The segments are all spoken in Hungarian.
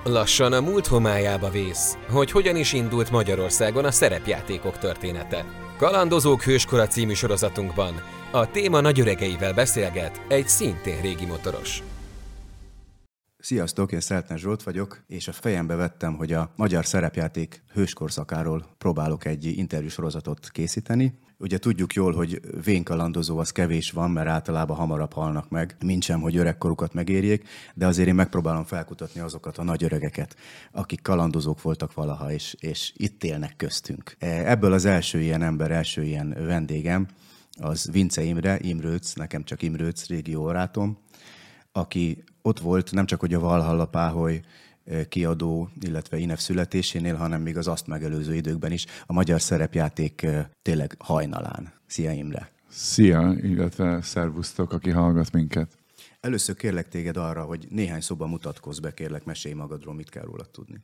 Lassan a múlt homályába vész, hogy hogyan is indult Magyarországon a szerepjátékok története. Kalandozók hőskora című sorozatunkban a téma nagyöregeivel beszélget egy szintén régi motoros. Sziasztok, én Szeltner Zsolt vagyok, és a fejembe vettem, hogy a magyar szerepjáték hőskorszakáról próbálok egy interjúsorozatot készíteni. Ugye tudjuk jól, hogy vénkalandozó az kevés van, mert általában hamarabb halnak meg, mintsem, hogy öregkorukat megérjék, de azért én megpróbálom felkutatni azokat a nagy öregeket, akik kalandozók voltak valaha, és itt élnek köztünk. Ebből az első ilyen ember, első ilyen vendégem, az Vincze Imre, Imrőc, nekem csak Imrőc, régi órátom, aki ott volt nem csak hogy a Valhalla Páholy kiadó, illetve INEF születésénél, hanem még az azt megelőző időkben is a magyar szerepjáték tényleg hajnalán. Szia Imre! Szia, illetve szervusztok, aki hallgat minket. Először kérlek téged arra, hogy néhány szóban mutatkozz be, kérlek, mesélj magadról, mit kell rólad tudni.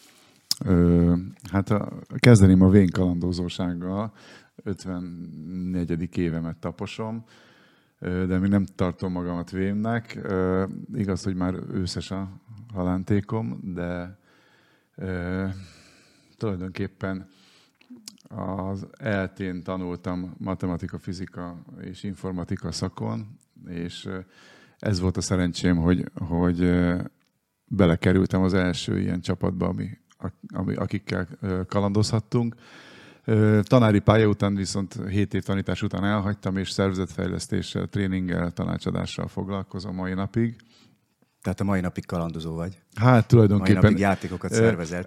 Kezdeném a vénkalandozósággal. 54. évemet taposom, de még nem tartom magamat vénnek. Igaz, hogy már őszes a halántékom, de tulajdonképpen az ELTE-n tanultam matematika, fizika és informatika szakon, és ez volt a szerencsém, hogy belekerültem az első ilyen csapatba, akikkel kalandozhattunk. Tanári pálya után viszont 7 év tanítás után elhagytam, és szervezetfejlesztéssel, tréninggel, tanácsadással foglalkozom mai napig. Tehát a mai napig kalandozó vagy? Hát tulajdonképpen... Mai napig játékokat szervezel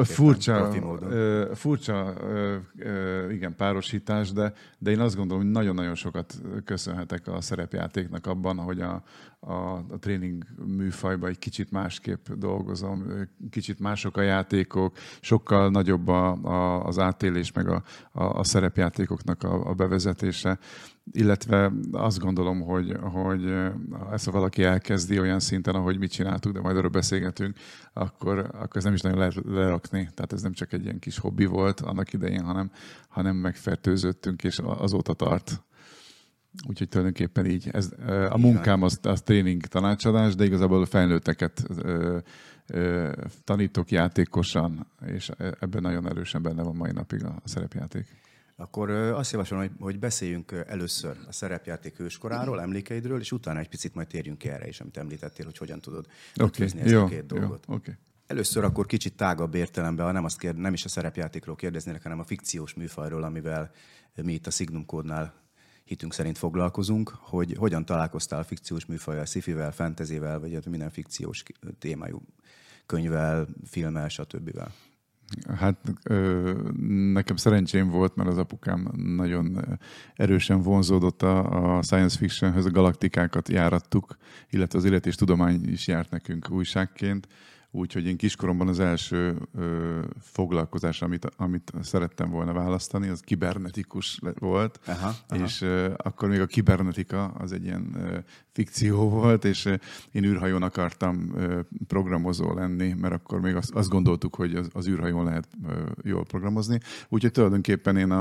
furcsa igen, párosítás, de én azt gondolom, hogy nagyon-nagyon sokat köszönhetek a szerepjátéknak abban, hogy a tréning műfajban egy kicsit másképp dolgozom, kicsit mások a játékok, sokkal nagyobb az átélés, meg a szerepjátékoknak a bevezetése, illetve azt gondolom, hogy ezt ha valaki elkezdi olyan szinten, ahogy mit csináltuk, de majd arról beszélgetünk, akkor ez nem is nagyon lehet lerakni. Tehát ez nem csak egy ilyen kis hobbi volt annak idején, hanem megfertőzöttünk, és azóta tart. Úgyhogy tulajdonképpen így. A munkám az tréning tanácsadás, de igazából a felnőtteket tanítok játékosan, és ebben nagyon erősen benne van mai napig a szerepjáték. Akkor azt javaslom, hogy beszéljünk először a szerepjáték hőskoráról, emlékeidről, és utána egy picit majd térjünk ki erre is, amit említettél, hogy hogyan tudod ötvözni ezt a két dolgot. Okay. Először akkor kicsit tágabb értelemben, nem is a szerepjátékról kérdeznélek, hanem a fikciós műfajról, amivel mi itt a Signum Kódnál hitünk szerint foglalkozunk, hogy hogyan találkoztál a fikciós műfajjal, sci-fivel, fantasyvel, vagy minden fikciós témájú könyvvel, filmmel, stb. Hát nekem szerencsém volt, mert az apukám nagyon erősen vonzódott a science fictionhöz, a galaktikákat járattuk, illetve az élet és tudomány is járt nekünk újságként. Úgyhogy én kiskoromban az első foglalkozás, amit szerettem volna választani, az kibernetikus volt. Aha. És akkor még a kibernetika az egy ilyen fikció volt, és én űrhajón akartam programozó lenni, mert akkor még azt gondoltuk, hogy az űrhajón lehet jól programozni. Úgyhogy tulajdonképpen én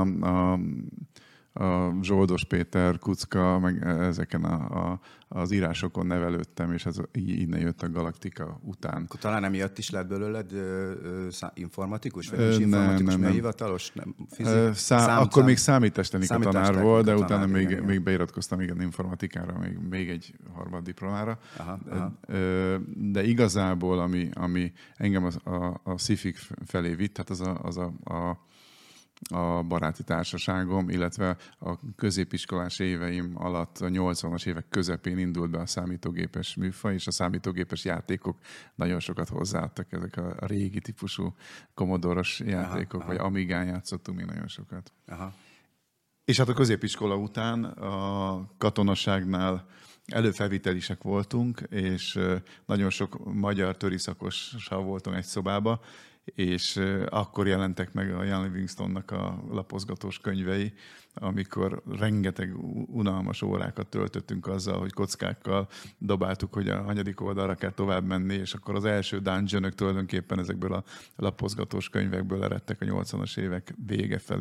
a Zsoldos Péter, Kucka, meg ezeken az írásokon nevelődtem, és ez innen jött a Galaktika után. Akkor talán emiatt is lett belőled informatikus? Vagy informatikus, mert hivatalos? Akkor még számítástechnika tanár volt, de utána még beiratkoztam informatikára, még egy harmaddiplomára. De igazából, ami engem a sci-fi felé vitt, tehát az a baráti társaságom, illetve a középiskolás éveim alatt a 80-as évek közepén indult be a számítógépes műfaj, és a számítógépes játékok nagyon sokat hozzáadtak, ezek a régi típusú Commodore-os játékok, vagy Amigán játszottunk még nagyon sokat. Aha. És hát a középiskola után a katonaságnál előfelvitelisek voltunk, és nagyon sok magyar töriszakossal voltunk egy szobába, és akkor jelentek meg a Ian Livingstone-nak a lapozgatós könyvei, amikor rengeteg unalmas órákat töltöttünk azzal, hogy kockákkal dobáltuk, hogy a hanyadik oldalra kell tovább menni, és akkor az első dungeonök tulajdonképpen ezekből a lapozgatós könyvekből eredtek a 80-as évek vége felé.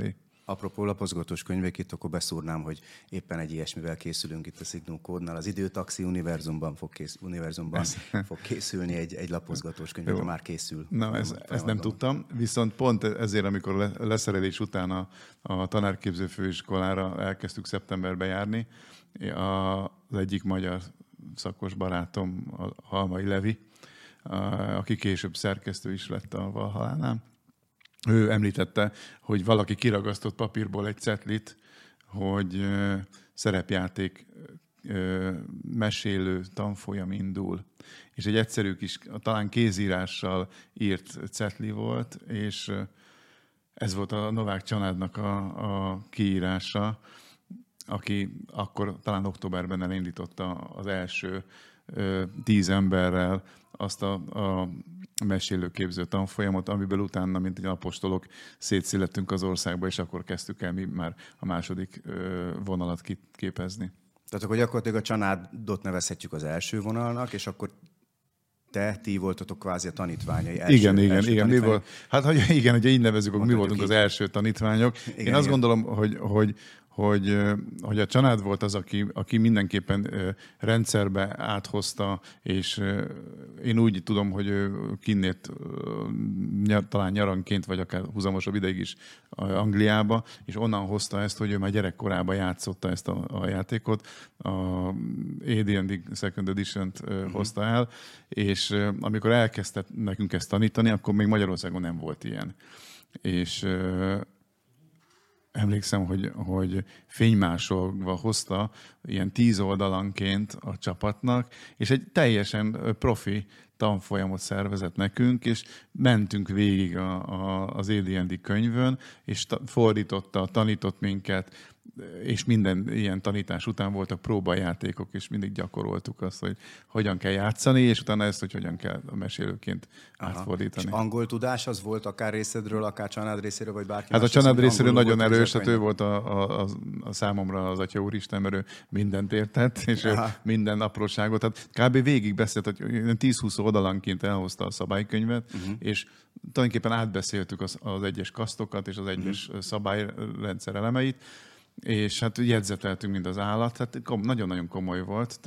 Apropó lapozgatós könyvek, itt akkor beszúrnám, hogy éppen egy ilyesmivel készülünk itt a Signum Code-nál. Az Időtaxi univerzumban fog készülni egy lapozgatós könyv, de már készül. Na, ezt nem tudtam, viszont pont ezért, amikor leszerelés után a tanárképző főiskolára elkezdtük szeptemberbe járni, az egyik magyar szakos barátom, a Halmai Levi, aki később szerkesztő is lett a Valhallánál, ő említette, hogy valaki kiragasztott papírból egy cetlit, hogy szerepjáték mesélő tanfolyam indul. És egy egyszerű kis, talán kézírással írt cetli volt, és ez volt a Novák Csanádnak a kiírása, aki akkor talán októberben elindította az első 10 emberrel azt a mesélőképző tanfolyamot, amiből utána, mint egy apostolok, szétszillettünk az országba, és akkor kezdtük el mi már a második vonalat képezni. Tehát akkor gyakorlatilag a Csanádot nevezhetjük az első vonalnak, és akkor ti voltatok kvázi a tanítványai. Igen. Mi volt? Hát, hogy így nevezzük, akkor mi voltunk az első tanítványok. Igen, én azt gondolom, hogy a Csanád volt az, aki mindenképpen rendszerbe áthozta, és én úgy tudom, hogy ő kinnét talán nyaranként, vagy akár húzamosabb ideig is Angliába, és onnan hozta ezt, hogy ő már gyerekkorában játszotta ezt a játékot. A AD&D Second Edition-t hozta el, és amikor elkezdte nekünk ezt tanítani, akkor még Magyarországon nem volt ilyen. És emlékszem, hogy fénymásolva hozta ilyen 10 oldalanként a csapatnak, és egy teljesen profi tanfolyamot szervezett nekünk, és mentünk végig az AD&D könyvön, és fordította, tanított minket, és minden ilyen tanítás után voltak próbajátékok, és mindig gyakoroltuk azt, hogy hogyan kell játszani, és utána ezt, hogy hogyan kell a mesélőként átfordítani. És angol tudás az volt akár részedről, akár Csanád részéről, vagy bárki Hát a Csanád részéről nagyon erős, hát ő volt a számomra az Atya Úristen, mert ő mindent értett, és ő minden apróságot. Tehát kb. Végig beszélt, hogy 10-20 oldalanként elhozta a szabálykönyvet, és tulajdonképpen átbeszéltük az egyes kasztokat és az egyes szabályrendszer elemeit, és hát jegyzeteltünk, mint az állat, hát nagyon-nagyon komoly volt,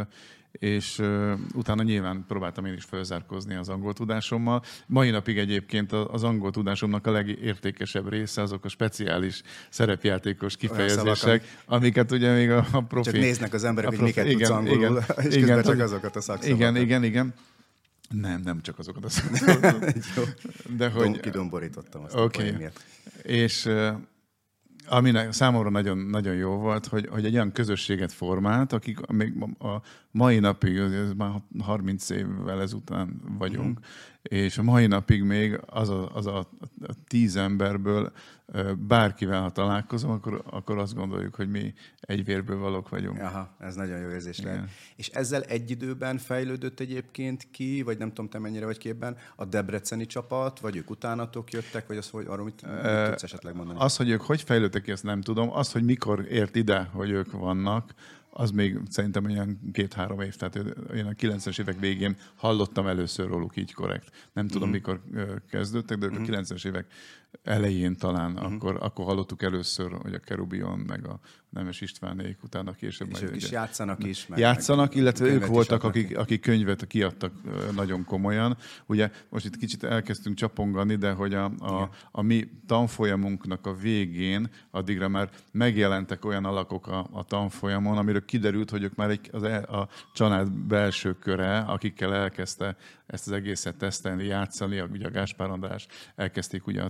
és utána nyilván próbáltam én is felzárkózni az angol tudásommal. Mai napig egyébként az angol tudásomnak a legértékesebb része azok a speciális szerepjátékos kifejezések, amiket ugye még a profi... Csak néznek az emberek, hogy miket tudsz angolul, és közben csak azokat a szakszavakat. Igen. Nem csak azokat a szakszavakat. De hogy... Kidomborítottam azt a poénért. És... Ami számomra nagyon, nagyon jó volt, hogy egy olyan közösséget formált, akik még a mai napig, ez már 30 évvel ezután vagyunk, és a mai napig még az a 10 emberből bárkivel, ha találkozom, akkor azt gondoljuk, hogy mi egy vérből valók vagyunk. Aha, ez nagyon jó érzés lehet. És ezzel egy időben fejlődött egyébként ki, vagy nem tudom, te mennyire vagy képben, a debreceni csapat, vagy ők utánatok jöttek, vagy hogy arról mit tudsz esetleg mondani? Az, hogy ők hogy fejlődtek ki, ezt nem tudom. Az, hogy mikor ért ide, hogy ők vannak, az még szerintem olyan 2-3 év, tehát én a 90-es évek végén hallottam először róluk így korrekt. Nem tudom, mikor kezdődtek, de ők a 90-es évek elején talán, akkor hallottuk először, hogy a Kerubion, meg a Nemes Istvánék, utána később. És ők is játszanak is. Játszanak, illetve ők voltak, akik könyvet kiadtak nagyon komolyan. Ugye most itt kicsit elkezdtünk csapongani, de hogy a mi tanfolyamunknak a végén addigra már megjelentek olyan alakok a tanfolyamon, amiről kiderült, hogy ők már a Csanád belső köre, akikkel elkezdte ezt az egészet tesztelni, játszani, ugye a Gáspár András elkezdték ugye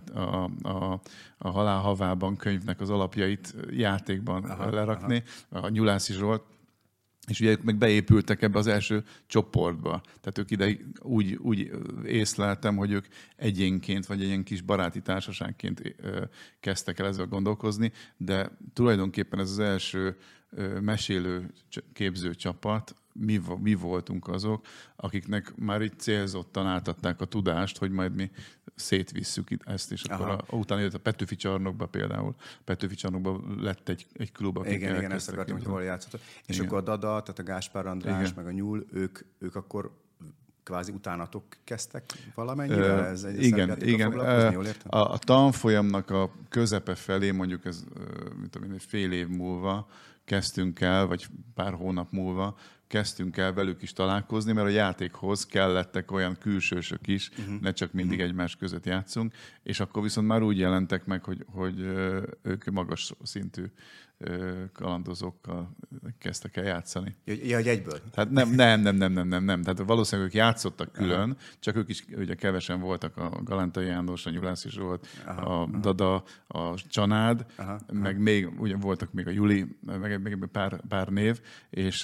a Halál havában könyvnek az alapjait játékban lerakni, a Nyulászi Zsolt, és ugye meg beépültek ebbe az első csoportba. Tehát ők ide úgy észleltem, hogy ők egyénként, vagy egy ilyen kis baráti társaságként kezdtek el ezzel gondolkozni, de tulajdonképpen ez az első mesélő képző csapat, mi voltunk azok, akiknek már így célzottan átadták a tudást, hogy majd mi szétvisszük ezt, és akkor utána jött a Petőfi Csarnokba például. Petőfi Csarnokban lett egy klub, akik igen, ezt akartam, hogy hol játszottak. És akkor a Dada, tehát a Gáspár András, meg a Nyúl, ők akkor kvázi utánatok kezdtek valamennyivel? Ez egy igen. A tanfolyamnak a közepe felé, mondjuk ez fél év múlva kezdtünk el, vagy pár hónap múlva kezdtünk el velük is találkozni, mert a játékhoz kellettek olyan külsősök is, ne csak mindig egymás között játszunk, és akkor viszont már úgy jelentek meg, hogy ők magas szintű kalandozókkal kezdtek el játszani. Ja, hogy egyből? Tehát nem. Tehát valószínűleg ők játszottak külön, csak ők is ugye kevesen voltak, a Galántai János, a Nyulászi Zsolt, a Dada, a Csanád, meg még ugye voltak még a Juli, meg pár név, és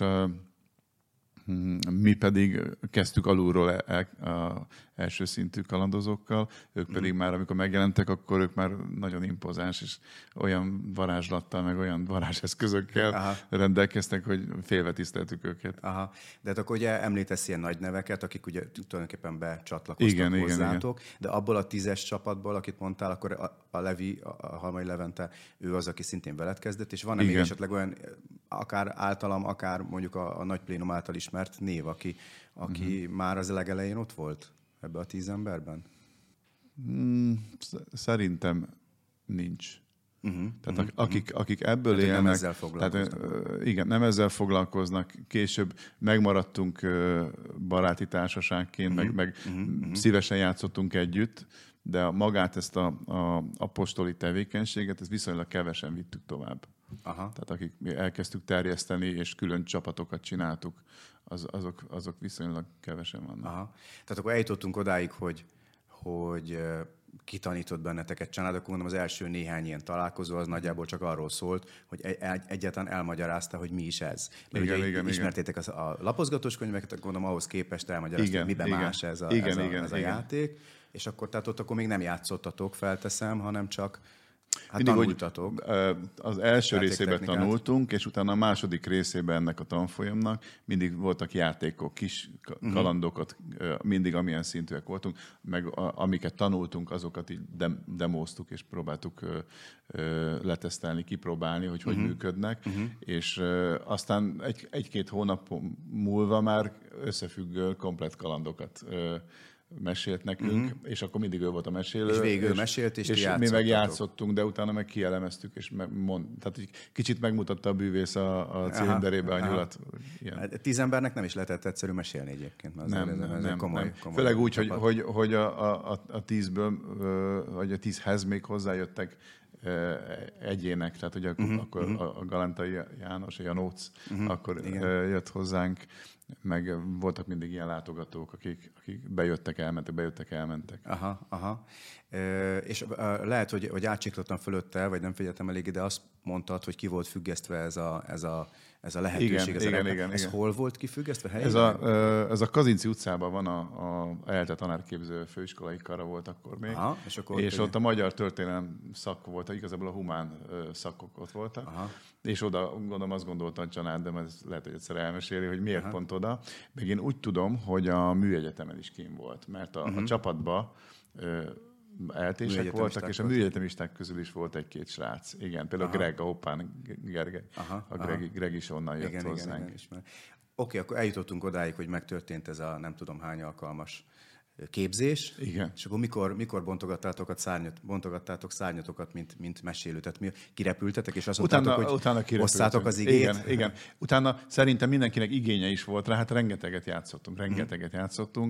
mi pedig kezdtük alulról az első szintű kalandozókkal, ők pedig már, amikor megjelentek, akkor ők már nagyon impozáns, és olyan varázslattal, meg olyan varázseszközökkel rendelkeztek, hogy félve tiszteltük őket. Aha. De hát akkor ugye említesz ilyen nagy neveket, akik ugye tulajdonképpen becsatlakoztak hozzátok, igen. De abból a 10-es csapatból, akit mondtál, akkor a Levi, a Halmai Levente, ő az, aki szintén veled kezdett, és van-e még esetleg olyan, akár általam, akár mondjuk a nagy plénum által ismert név, aki már az legelején ott volt ebbe a 10 emberben? Szerintem nincs. Tehát akik ebből élnek, nem ezzel igen, nem ezzel foglalkoznak. Később megmaradtunk baráti társaságként, meg szívesen játszottunk együtt, de magát ezt a apostoli tevékenységet, ezt viszonylag kevesen vittük tovább. Tehát akik elkezdtük terjeszteni, és külön csapatokat csináltuk, azok viszonylag kevesen vannak. Tehát akkor eljutottunk odáig, hogy kitanított benneteket Csanád, akkor mondom, az első néhány ilyen találkozó az nagyjából csak arról szólt, hogy egyáltalán elmagyarázta, hogy mi is ez. Mert igen, ismertétek a lapozgatós könyveket, akkor mondom, ahhoz képest elmagyarázta, hogy miben más ez a játék. És akkor, tehát ott akkor még nem játszottatok, felteszem, hanem csak tanultatok. Az első részében tanultunk, és utána a második részében ennek a tanfolyamnak mindig voltak játékok, kis kalandokat, mindig amilyen szintűek voltunk, meg amiket tanultunk, azokat így demóztuk, és próbáltuk letesztelni, kipróbálni, hogy működnek, és aztán egy-két hónap múlva már összefüggő komplett kalandokat mesélt nekünk, és akkor mindig ő volt a mesélő. És végül mesélt, és mi meg játszottunk, de utána meg kielemeztük, és tehát kicsit megmutatta a bűvész a cilinderébe a nyulat. Hát 10 embernek nem is lehetett egyszerű mesélni egyébként. Nem. Komoly. Főleg úgy, hogy a 10-ből, vagy a 10-hez még hozzájöttek egyének, tehát ugye akkor a Galántai János, a Janóc, akkor jött hozzánk, meg voltak mindig ilyen látogatók, akik bejöttek, elmentek. És lehet, hogy átcsiklottam fölötte, vagy nem figyeltem elég, de azt mondtad, hogy ki volt függesztve ez a lehetőség. Igen. Ez hol volt kifüggesztve helyileg? Ez a Kazinci utcában van a ELTE tanárképző főiskolai kara volt akkor még. És ott a magyar történelem szak volt, igazából a humán szakok ott voltak. És oda gondolom, azt gondolta a Csanád, de ez lehet, hogy egyszer elmeséli, hogy miért pont oda. Meg én úgy tudom, hogy a műegyetemen is kín volt, mert a csapatban eltések voltak, és a műegyetemisták közül is volt egy-két srác. Igen, például Greg, a Hoppán Gergely. Greg is onnan jött hozzánk. Oké, akkor eljutottunk odáig, hogy megtörtént ez a nem tudom hány alkalmas képzés. Igen. És akkor mikor bontogattátok szárnyatokat, mint mesélő? Tehát kirepültetek, és azt mondtátok, hogy hosszátok az igét? Igen. Utána szerintem mindenkinek igénye is volt rá, hát rengeteget játszottunk.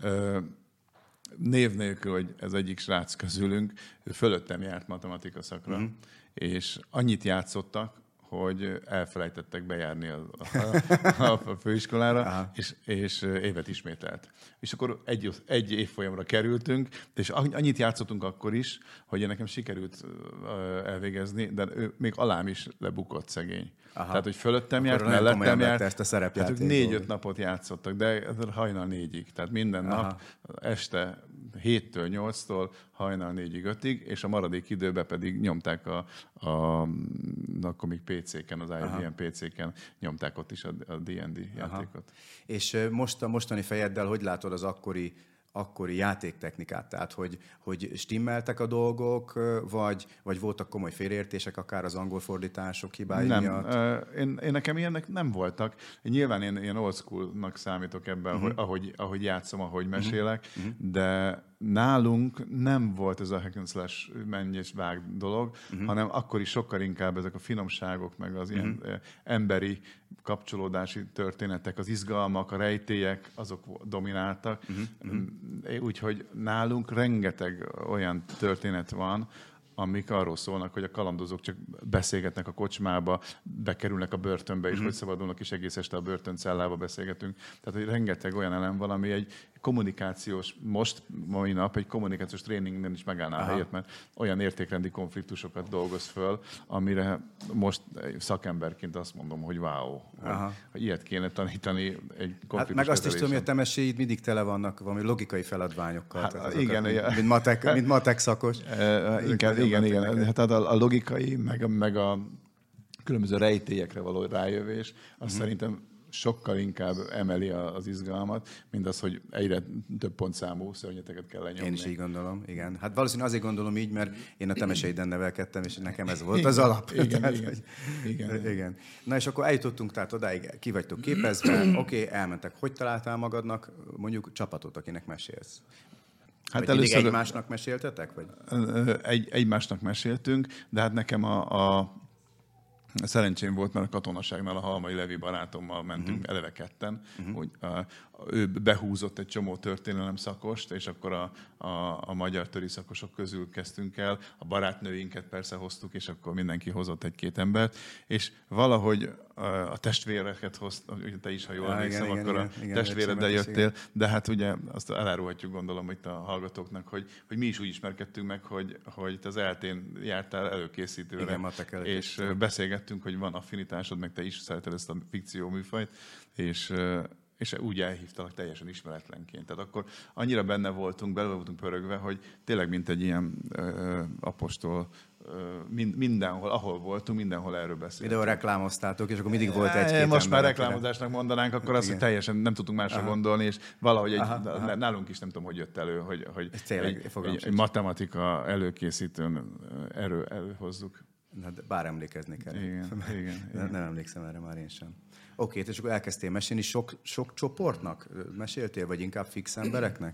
Név nélkül, hogy ez egyik srác közülünk, ő fölöttem járt matematika szakra, és annyit játszottak, hogy elfelejtettek bejárni a főiskolára, és évet ismételt. És akkor egy évfolyamra kerültünk, és annyit játszottunk akkor is, hogy nekem sikerült elvégezni, de ő még alám is lebukott szegény. Tehát, hogy fölöttem járt, mellettem járt. Ezt a szerepjáték. 4-5 napot játszottak, de hajnal 4-ig. Tehát minden nap, este 7-től 8-tól hajnal 4-ig 5-ig, és a maradék időben pedig nyomták akkor még PC-ken, az IBM PC-ken nyomták ott is a D&D játékot. És most a mostani fejeddel hogy látod az akkori akkori játéktechnikát, tehát hogy stimmeltek a dolgok, vagy voltak komoly félreértések, akár az angol fordítások hibái miatt? Én nekem ilyenek nem voltak. Nyilván én ilyen old school-nak számítok ebben, ahogy játszom, ahogy mesélek, de nálunk nem volt ez a hack and slash menj és vág dolog, hanem akkor is sokkal inkább ezek a finomságok, meg az ilyen emberi kapcsolódási történetek, az izgalmak, a rejtélyek, azok domináltak. Úgyhogy nálunk rengeteg olyan történet van, amik arról szólnak, hogy a kalandozók csak beszélgetnek a kocsmába, bekerülnek a börtönbe, és hogy szabadulnak, és egész este a börtöncellába beszélgetünk. Tehát, hogy rengeteg olyan elem van, ami egy kommunikációs, mai nap egy kommunikációs tréningen is megállná a helyet, mert olyan értékrendi konfliktusokat dolgoz föl, amire most szakemberként azt mondom, hogy wow, hogy ilyet kéne tanítani egy konfliktus meg azt is tudom, hogy a te meséid mindig tele vannak valami logikai feladványokkal. Igen, mint matek szakos. Igen. Hát a logikai, meg a különböző rejtélyekre való rájövés, azt szerintem sokkal inkább emeli az izgalmat, mint az, hogy egyre több pontszámú szörnyeteket kell lenyomni. Én is így gondolom, igen. Hát valószínűleg azért gondolom így, mert én a te meséiden nevelkedtem, és nekem ez volt az alap. Igen. Na és akkor eljutottunk tehát odáig, ki vagytok képezve, oké, elmentek. Hogy találtál magadnak mondjuk csapatot, akinek mesélsz? Hát először egymásnak meséltetek? Vagy? Egymásnak meséltünk, de hát nekem a szerencsém volt, mert a katonaságnál a Halmai Levi barátommal mentünk eleve ketten, hogy ő behúzott egy csomó történelem szakost, és akkor a magyar töri szakosok közül kezdtünk el, a barátnőinket persze hoztuk, és akkor mindenki hozott egy-két embert, és valahogy a testvéreket hoztam, ugye te is, ha jól emlékszem, akkor a testvéreddel jöttél, de hát ugye azt elárulhatjuk, gondolom itt a hallgatóknak, hogy mi is úgy ismerkedtünk meg, hogy te az ELTE-n jártál előkészítőre, és beszélgettünk, hogy van affinitásod, meg te is szereted ezt a fikció műfajt, és úgy elhívtalak teljesen ismeretlenként. Tehát akkor annyira benne voltunk, belül voltunk pörögve, hogy tényleg mint egy ilyen apostol, mindenhol, ahol voltunk, mindenhol erről beszéltünk. Videó reklámoztátok, és akkor mindig volt egy-két most már reklámozásnak mondanánk, akkor azt, hogy teljesen nem tudtunk másra gondolni, és valahogy nálunk is nem tudom, hogy jött elő, hogy egy matematika előkészítőn előhozzuk. Hát bár emlékezni kell. Igen. Nem emlékszem erre már én sem. Oké, és akkor elkezdtél mesélni. Sok csoportnak meséltél, vagy inkább fix embereknek?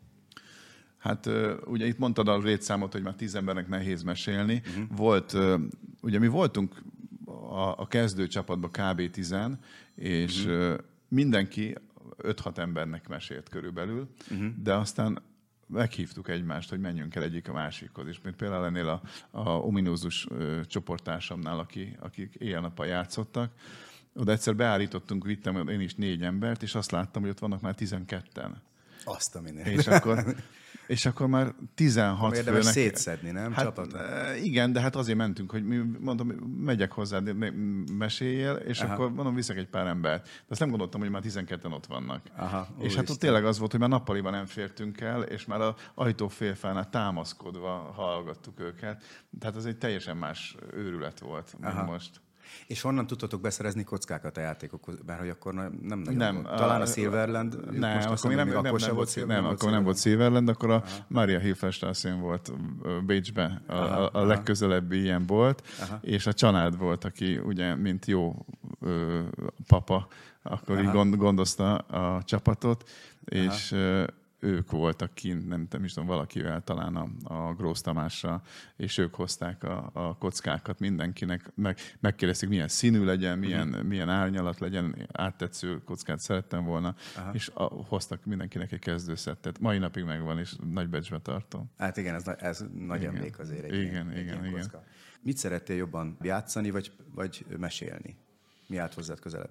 Hát ugye itt mondtad a létszámot, hogy már 10 embernek nehéz mesélni. Volt, ugye mi voltunk a kezdő csapatban kb. 10, és mindenki 5-6 embernek mesélt körülbelül, de aztán meghívtuk egymást, hogy menjünk el egyik a másikhoz. És például ennél a ominózus csoporttársamnál, akik éjjel-nappal játszottak, oda egyszer beállítottunk, vittem én is 4 embert, és azt láttam, hogy ott vannak már 12-en. Azt a minél. És akkor már 16 főnek... Érdemes szétszedni, nem? Hát, csapatot? Igen, de hát azért mentünk, hogy mondom, megyek hozzád, meséljél, és akkor mondom, viszek egy pár embert. De azt nem gondoltam, hogy már 12-en ott vannak. És hát ott tényleg az volt, hogy már nappaliban nem fértünk el, és már az ajtó félfánál támaszkodva hallgattuk őket. Tehát ez egy teljesen más őrület volt, mint most. És honnan tudtatok beszerezni kockákat a játékokhoz? Bár hogy akkor nem nagyon volt. Talán a Silverland? Nem, akkor nem volt Silverland, akkor a Maria Hilferstraßen volt Bécsben a legközelebbi ilyen bolt, és a Csanád volt, aki ugye, mint jó papa, akkor így gondozta a csapatot, és ők voltak kint, nem is tudom, valakivel, talán a Grósz Tamással, és ők hozták a kockákat mindenkinek, megkérdezték, milyen színű legyen, milyen árnyalat legyen, áttetsző kockát szerettem volna, és hoztak mindenkinek egy kezdőszettet. Mai napig megvan, és nagy becsbe tartom. Hát igen, ez nagy emlék azért egy ilyen kocka. Mit szerettél jobban, játszani, vagy mesélni? Mi állt hozzád közelebb?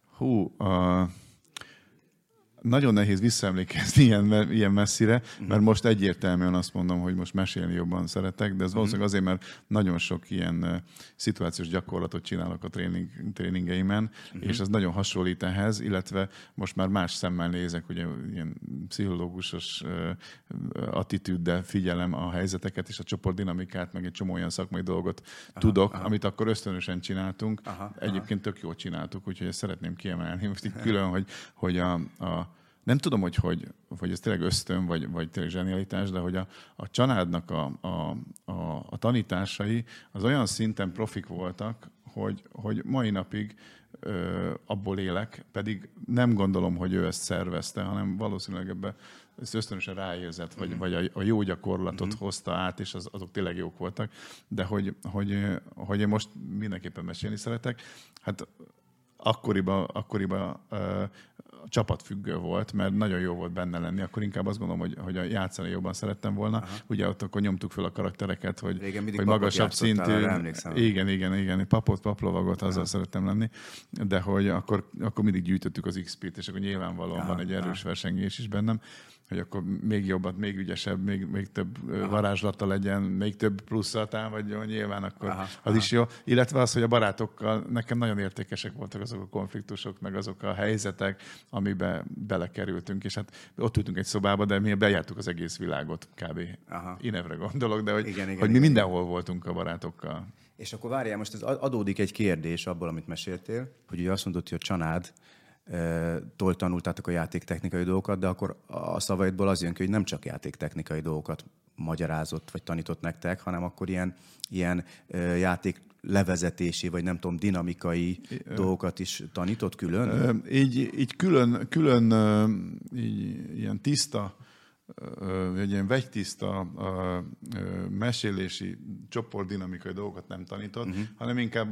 Nagyon nehéz visszaemlékezni ilyen messzire, mert most egyértelműen azt mondom, hogy most mesélni jobban szeretek, de ez valószínűleg azért, mert nagyon sok ilyen szituációs gyakorlatot csinálok a tréningeimen, és ez nagyon hasonlít ehhez, illetve most már más szemmel nézek, ugye ilyen pszichológusos attitűddel figyelem a helyzeteket és a csoportdinamikát, meg egy csomó olyan szakmai dolgot tudok, amit akkor ösztönösen csináltunk. Egyébként tök jól csináltuk, úgyhogy ezt szeretném kiemelni most itt külön, hogy nem tudom, hogy ez tényleg ösztön, vagy tényleg zsenialitás, de hogy a Csanádnak a tanításai az olyan szinten profik voltak, hogy mai napig abból élek, pedig nem gondolom, hogy ő ezt szervezte, hanem valószínűleg ebbe ezt ösztönösen ráérzett, vagy a jó gyakorlatot hozta át, és azok tényleg jók voltak. De hogy én most mindenképpen mesélni szeretek, hát akkoriban csapatfüggő volt, mert nagyon jó volt benne lenni, akkor inkább azt gondolom, hogy a játszani jobban szerettem volna. Aha. Ugye ott akkor nyomtuk fel a karaktereket, hogy magasabb szintű. Igen. Paplovagot, azzal szerettem lenni. De hogy akkor mindig gyűjtöttük az XP-t, és akkor nyilvánvalóan van egy erős versengés is bennem, hogy akkor még jobbat, még ügyesebb, még több varázslata legyen, még több plusszal támadjon, nyilván akkor az is jó. Illetve az, hogy a barátokkal nekem nagyon értékesek voltak azok a konfliktusok, meg azok a helyzetek, amiben belekerültünk, és hát ott ültünk egy szobába, de mi bejártuk az egész világot kb. Inevre gondolok, de hogy mi mindenhol voltunk a barátokkal. És akkor várjál, most ez adódik egy kérdés abból, amit meséltél, hogy ugye azt mondod, hogy a Csanád tól tanultátok a játéktechnikai dolgokat, de akkor a szavaidból az jön ki, hogy nem csak játéktechnikai dolgokat magyarázott vagy tanított nektek, hanem akkor ilyen játék levezetési, vagy nem tudom, dinamikai dolgokat is tanított külön? Így külön így, ilyen tiszta, egy ilyen vegytiszta mesélési csoportdinamikai dolgokat nem tanított, hanem inkább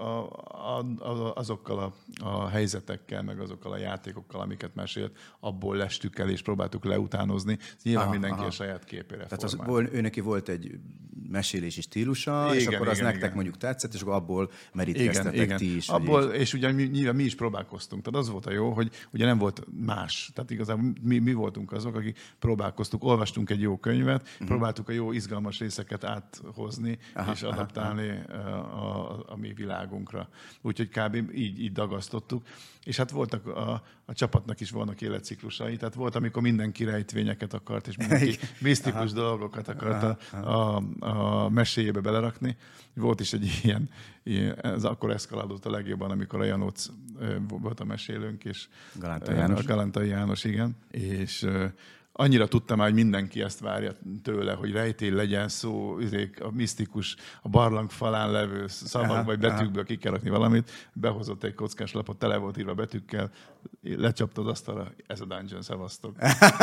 azokkal a helyzetekkel, meg azokkal a játékokkal, amiket mesélt, abból lestük el és próbáltuk leutánozni. Nyilván mindenki a saját képére Tehát ő neki volt egy mesélési stílusa, és akkor az nektek mondjuk tetszett, és akkor abból merítkeztetek ti is. Abból, és ugye nyilván mi is próbálkoztunk. Tehát az volt a jó, hogy ugye nem volt más. Tehát igazából mi voltunk azok, akik próbálkoztunk, olvastunk egy jó könyvet, próbáltuk a jó izgalmas részeket áthozni, és adaptálni a mi világunkra. Úgyhogy kb. így dagasztottuk. És hát voltak a csapatnak is vannak életciklusai, tehát volt, amikor mindenki rejtvényeket akart, és mindenki misztikus dolgokat akart a meséjébe belerakni. Volt is egy ilyen ez akkor eszkalálódott a legjobban, amikor a Janóc volt a mesélőnk, és Galántai János, igen. És annyira tudtam már, hogy mindenki ezt várja tőle, hogy rejtély legyen szó, a misztikus, a barlang falán levő szavak vagy betűkből ki kell rakni valamit. Behozott egy kockás lapot, tele volt írva betűkkel, lecsapta az asztalra, ez a dungeon, szevasztok.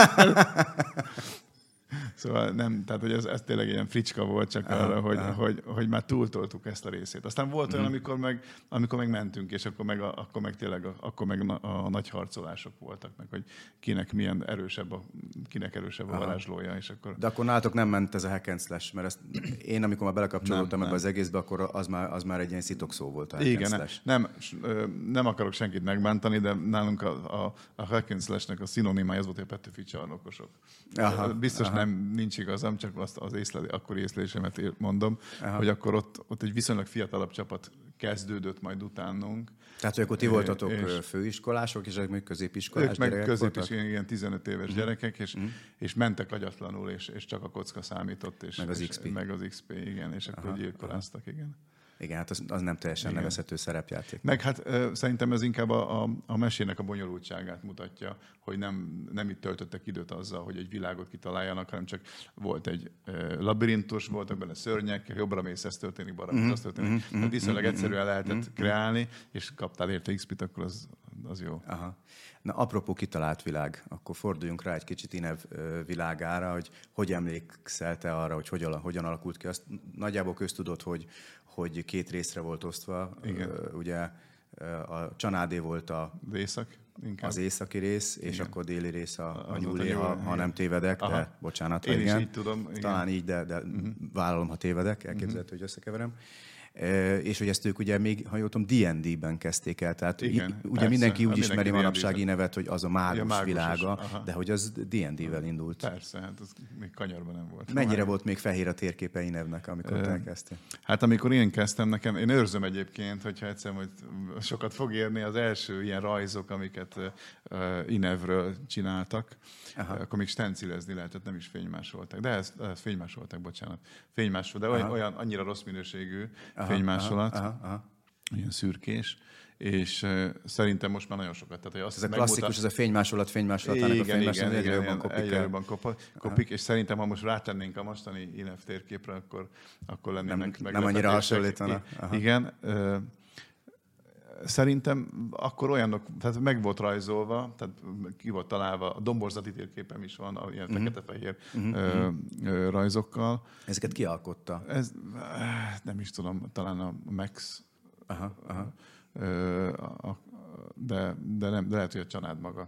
Szóval nem, tehát hogy ez tényleg ilyen fricska volt csak arra, hogy már túltoltuk ezt a részét. Aztán volt olyan, amikor meg mentünk, és akkor meg tényleg a nagy harcolások voltak, meg hogy kinek erősebb a varázslója. És akkor... De akkor nálatok nem ment ez a hack and slash, mert én amikor már belekapcsolódtam ebbe az egészbe, akkor az már egy ilyen szitokszó volt a hack and slash. Nem akarok senkit megbántani, de nálunk a hack and slash-nek a szinonimája az volt, hogy a Petőfi csarnokosok. Biztos nincs igazam, csak azt akkori észlelésemet mondom, hogy akkor ott egy viszonylag fiatalabb csapat kezdődött majd utánunk. Tehát, hogy akkor ti voltatok főiskolások, és még középiskolás gyerekek voltak? Középiskolás, ilyen 15 éves gyerekek, és mentek agyatlanul, és csak a kocka számított. És, meg az XP, igen, és akkor gyilkoláztak, igen. Igen, hát az nem teljesen nevezhető szerepjáték. Meg hát szerintem ez inkább a mesének a bonyolultságát mutatja, hogy nem itt töltöttek időt azzal, hogy egy világot kitaláljanak, hanem csak volt egy labirintus, voltak benne szörnyek, jobbra mész, ez történik, balra mész, az történik. Tehát viszonylag egyszerűen lehetett kreálni, és kaptál érte XP-t, akkor az jó. Aha. Na, apropó kitalált világ, akkor forduljunk rá egy kicsit Inev világára, hogy emlékszel te arra, hogy hogyan alakult ki. Azt nagyjából köztudod, hogy két részre volt osztva. Igen. Ugye a Csanádé volt az északi rész, és akkor déli rész a nyúlé, ha nem tévedek, de bocsánat. Én is így tudom. Talán így, de vállalom, ha tévedek, elképzelhető, hogy összekeverem. És hogy ezt ők ugye még, ha jól tudom, D&D-ben kezdték el. Tehát ugye mindenki úgy ismeri manapság Inevet, hogy az a mágus világa, de hogy az D&D-vel indult. Persze, hát az még kanyarban nem volt. Mennyire volt még fehér a térképe Inevnek, amikor elkezdtél? Hát amikor én kezdtem, én őrzöm egyébként, hogyha egyszer majd sokat fog érni az első ilyen rajzok, amiket Inevről csináltak, akkor még stencilezni lehetett, nem is fénymásoltak. De ez fénymásoltak, bocsánat. Fénymásol, de olyan annyira rossz minőségű fénymásolat, ilyen szürkés, és szerintem most már nagyon sokat. Tehát, hogy azt ez a klasszikus, ez a fénymásolat, egyre jobban kopik, és szerintem, ha most rátennénk a mostani INEF térképre, akkor lennének nem annyira hasonlítana. Igen. Szerintem akkor olyanok, tehát meg volt rajzolva, tehát ki volt találva, a domborzati térképem is van, ilyen fekete-fehér rajzokkal. Ezeket ki alkotta? Ez, nem is tudom, talán a Max, de lehet, hogy a Csanád maga.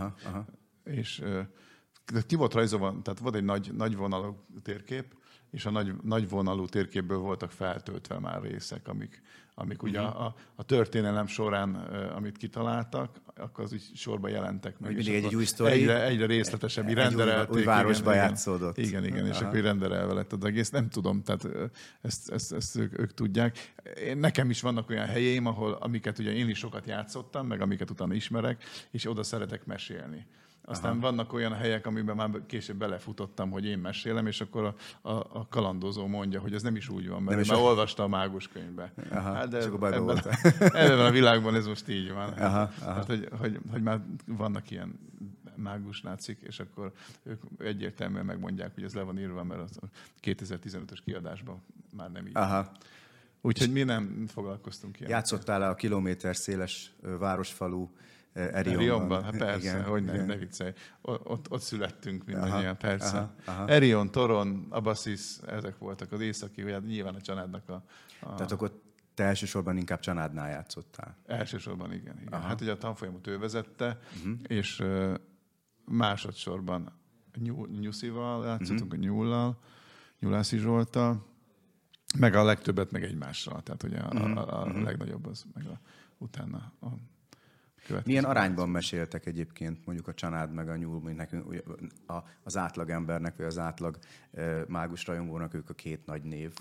És ki volt rajzolva, tehát volt egy nagy vonalú térkép, és a nagy vonalú térképből voltak feltöltve már részek, amik ugye a történelem során, amit kitaláltak, akkor az így sorba jelentek meg. Mindig egy új sztori. Egyre részletesebb, renderelték. Új városba játszódott. Igen, és akkor renderelve lett az egész. Nem tudom, tehát ezt ők tudják. Nekem is vannak olyan helyeim, amiket ugye én is sokat játszottam, meg amiket utána ismerek, és oda szeretek mesélni. Aztán vannak olyan helyek, amiben már később belefutottam, hogy én mesélem, és akkor a kalandozó mondja, hogy ez nem is úgy van, mert már olvasta a mágus könyvbe. Hát de ebben a világban ez most így van. Hát, hogy már vannak ilyen mágus nácik, és akkor ők egyértelműen megmondják, hogy ez le van írva, mert az a 2015-ös kiadásban már nem így. Úgyhogy mi nem foglalkoztunk ilyen. Játszottál-e a kilométer széles városfalú Erionban? Hát persze, igen, hogy ne viccelj. Ott születtünk mindannyian, persze. Erion, Toron, Abassis, ezek voltak az északi, vagy nyilván a Csanádnak a... Tehát akkor te elsősorban inkább Csanádnál játszottál? Elsősorban igen. Hát ugye a tanfolyamot ő vezette, és másodszorban Nyuszival játszottunk, a Nyullal, Nyulászi Zsolttal, meg a legtöbbet meg egymással. Tehát ugye a legnagyobb az, meg utána a milyen arányban meséltek egyébként mondjuk a Csanád meg a Nyúl, mint nekünk az átlag embernek, vagy az átlag mágus rajongónak ők a két nagy név?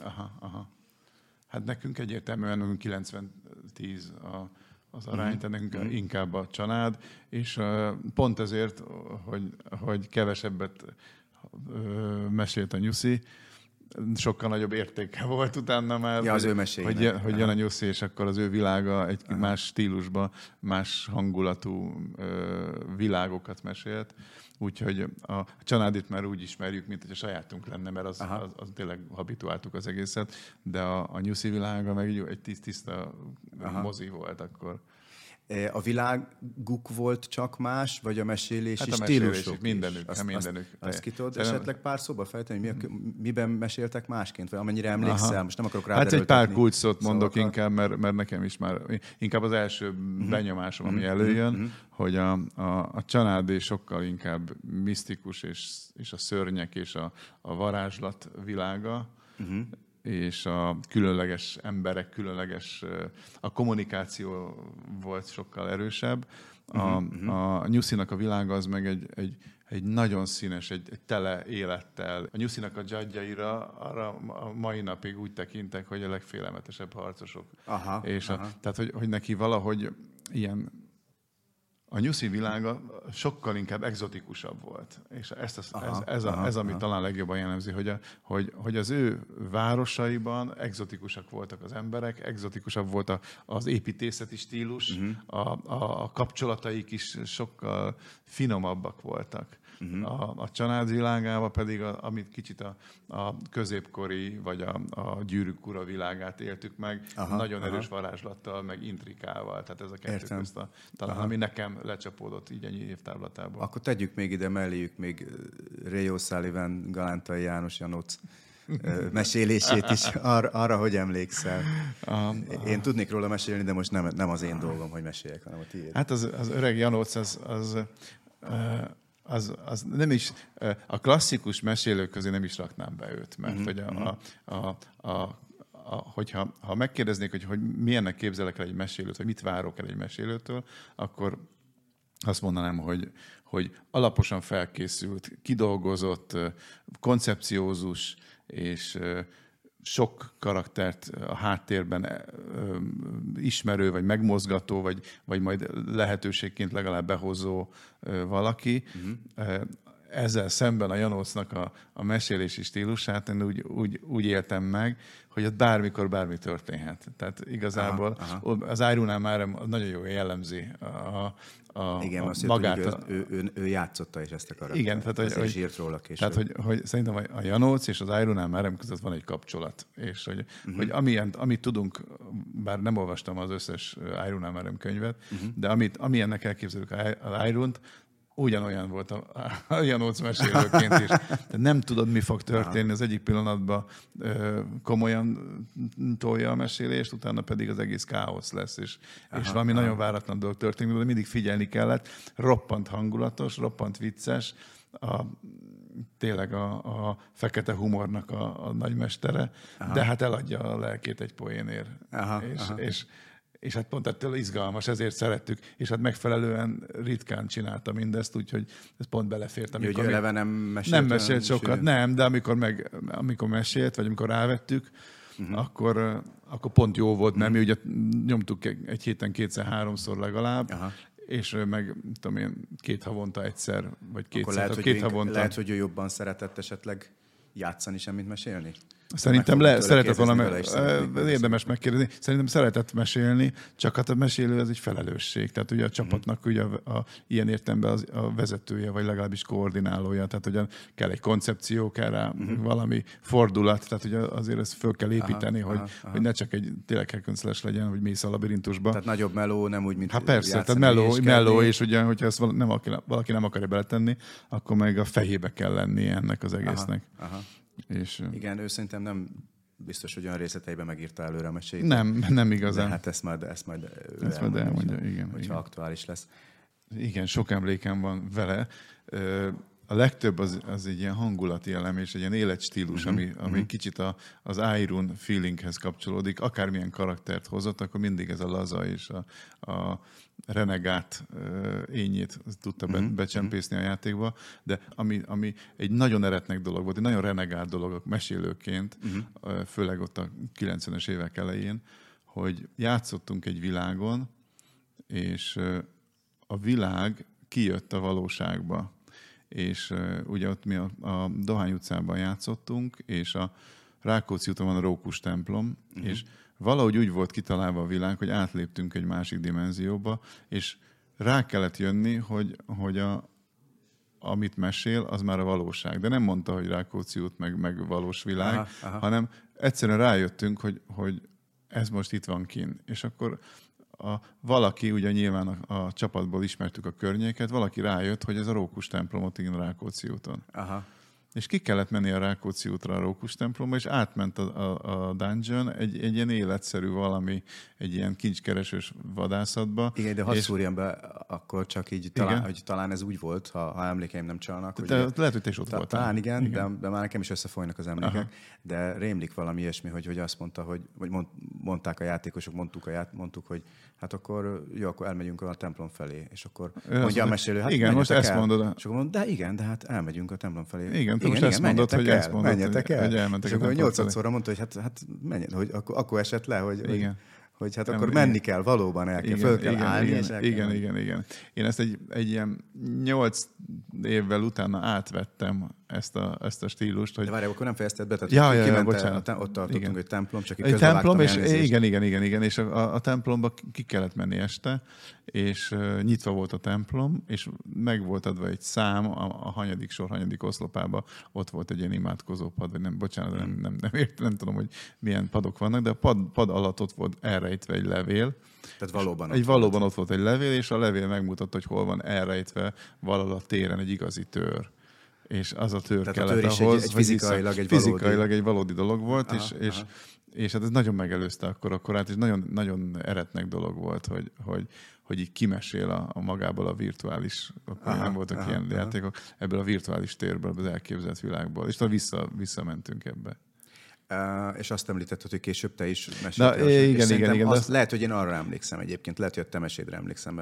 Hát nekünk egyértelműen 90-10 az arány, tehát nekünk inkább a Csanád, és pont ezért, hogy kevesebbet mesélt a Nyuszi, sokkal nagyobb értéke volt utána már, az ő hogy jön a Nyuszi, és akkor az ő világa egy más stílusban, más hangulatú világokat mesélt. Úgyhogy a Csanádit már úgy ismerjük, mint hogy a sajátunk lenne, mert az tényleg habituáltuk az egészet, de a Nyuszi világa meg egy tiszta mozi volt akkor. A világuk volt csak más, vagy a mesélés és stílusok mindenük. Azt ki tudod esetleg pár szóba fejteni, miben meséltek másként, vagy amennyire emlékszel? Most nem akarok ráderőltetni. Hát egy pár kulcsszót mondok inkább, mert nekem is már inkább az első benyomásom, ami előjön, hogy a Csanád sokkal inkább misztikus, és a szörnyek és a varázslat világa, és a különleges emberek, a kommunikáció volt sokkal erősebb. A Nyuszinak a világa az meg egy nagyon színes, egy tele élettel. A Nyuszinak a dzsadjaira arra a mai napig úgy tekintek, hogy a legfélelmetesebb harcosok. Tehát, hogy neki valahogy ilyen a Nyuszi világa sokkal inkább egzotikusabb volt. És ez ami talán legjobban jellemzi, hogy az ő városaiban egzotikusak voltak az emberek, egzotikusabb volt az építészeti stílus, a kapcsolataik is sokkal finomabbak voltak. A Csanád világában pedig, amit kicsit a középkori, vagy a Gyűrűk ura világát éltük meg, nagyon erős varázslattal, meg intrikával. Tehát ez a kettő közt talán, ami nekem lecsapódott így ennyi évtávlatából. Akkor tegyük még ide melléjük még Ray O'Sullivan, Galántai János Janóc mesélését is, arra, hogy emlékszel. Én tudnék róla mesélni, de most nem az én dolgom, hogy meséljek, hanem a tiéd. Hát az öreg Janóc, az nem is, a klasszikus mesélők közé nem is raknám be őt, mert hogy hogyha megkérdeznék, hogy milyennek képzelek el egy mesélőt, vagy mit várok el egy mesélőtől, akkor azt mondanám, hogy alaposan felkészült, kidolgozott, koncepciózus, és sok karaktert a háttérben ismerő, vagy megmozgató, vagy majd lehetőségként legalább behozó valaki. ezzel szemben a Janócnak a mesélési stílusát én úgy éltem meg, hogy ott bármikor bármi történhet. Tehát igazából az Irunál már nagyon jó jellemzi igen, azt magát. Jött, ő játszotta is ezt a karaktert. Igen, tehát hogy írt róla később. Tehát, hogy szerintem a Janóc és az Irunál már között van egy kapcsolat. És hogy amit tudunk, bár nem olvastam az összes Irunál már könyvet, de amilyennek elképzeljük az Irunt, ugyanolyan volt a Janóc mesélőként is. Tehát nem tudod, mi fog történni. Az egyik pillanatban komolyan tolja a mesélést, utána pedig az egész káosz lesz, és valami nagyon váratlan dolog történik, de mindig figyelni kellett. Roppant hangulatos, roppant vicces, tényleg a fekete humornak a nagymestere, de hát eladja a lelkét egy poénért. És hát pont ettől izgalmas, ezért szerettük, és hát megfelelően ritkán csinálta mindezt, úgyhogy ez pont belefért. Amikor eleve nem mesélt sokat, nem, de amikor mesélt, vagy amikor rávettük, akkor pont jó volt, mert mi ugye nyomtuk egy héten 2-3-szor legalább, és meg tudom én 2 havonta egyszer, vagy 2 havonta. Lehet, hogy ő jobban szeretett esetleg játszani sem, mint mesélni? Szerintem szeretett volna, érdemes megkérdezni, szerintem szeretett mesélni, csak hát a mesélő ez egy felelősség. Tehát ugye a csapatnak ugye ilyen értelemben a vezetője, vagy legalábbis koordinálója, tehát ugye kell egy koncepció, kell rá valami fordulat, tehát ugye azért ezt föl kell építeni, hogy ne csak egy tényleg hack-and-slash legyen, hogy mész a labirintusba. Tehát nagyobb meló, nem úgy, mint hát persze, tehát meló, és ugye, hogyha ezt valaki nem akarja beletenni, akkor meg a fejébe kell lenni ennek az egésznek. És igen, ő szerintem nem biztos, hogy olyan részleteiben megírta előre a mesét. Nem igazán. De hát ezt majd elmondja, igen. Hogyha aktuális lesz. Igen, sok emlékem van vele. A legtöbb az egy ilyen hangulati elem és egy ilyen életstílus, ami kicsit az Irun feelinghez kapcsolódik. Akármilyen karaktert hozott, akkor mindig ez a laza és a renegát ényét tudta becsempészni a játékba, de ami egy nagyon eretnek dolog volt, egy nagyon renegát dolog a mesélőként, főleg ott a 90-es évek elején, hogy játszottunk egy világon, és a világ kijött a valóságba. És ugye ott mi a Dohány utcában játszottunk, és a Rákóczi úton van a Rókus templom, és valahogy úgy volt kitalálva a világ, hogy átléptünk egy másik dimenzióba, és rá kellett jönni, hogy amit mesél, az már a valóság. De nem mondta, hogy Rákóczi út, meg valós világ, hanem egyszerűen rájöttünk, hogy ez most itt van kint. És akkor valaki, ugye nyilván a csapatból ismertük a környéket, valaki rájött, hogy ez a Rókus templom ott igen Rákóczi úton. És ki kellett menni a Rákóczi útra a Rókus templomba, és átment a dungeon egy ilyen életszerű valami, egy ilyen kincskeresős vadászatba. Igen, de hadd szúrjam be, akkor csak így hogy talán ez úgy volt, ha emlékeim nem csalnak. Hogy lehet, hogy te is ott voltál. Talán igen. De már nekem is összefolynak az emlékek. De rémlik valami ilyesmi, hogy azt mondta, vagy mondták a játékosok, mondtuk, hogy hát akkor jó, akkor elmegyünk a templom felé. És akkor mondja a mesélő, hát igen, most ezt mondod. És akkor mondom, de hát elmegyünk a templom felé. Igen, most ezt mondod, hogy ezt mondod, menjetek el. Hogy elmentek. És akkor 8-szorra mondta, hogy hát menjen, hogy akkor esett le, hogy hát akkor menni kell, valóban el kell, föl kell állni. Igen. Én ezt egy ilyen 8 évvel utána átvettem ezt a stílust. Hogy... De várjál, akkor nem fejezted be, tehát bocsánat. Ott tartottunk, hogy templom, csak egy templom, és igen, és a templomba ki kellett menni este, és nyitva volt a templom, és meg volt adva egy szám a hanyadik sor, hanyadik oszlopába, ott volt egy ilyen imádkozó pad, vagy nem, bocsánat, nem tudom, hogy milyen padok vannak, de a pad alatt ott volt elrejtve egy levél. Tehát valóban ott volt egy levél, és a levél megmutatta, hogy hol van elrejtve valahol a téren egy igazi tőr. És az a tőr kellett ahhoz, egy fizikailag egy valódi dolog volt, és hát ez nagyon megelőzte akkor a korát, és nagyon, nagyon eretnek dolog volt, hogy így kimesél a magából a virtuális, akkor nem voltak ilyen játékok, ebből a virtuális térből, az elképzelt világból, és visszamentünk ebbe. És azt említetted, hogy később te is meséltél. Igen. Lehet, hogy én arra emlékszem egyébként, lehet, hogy a te mesédre emlékszem.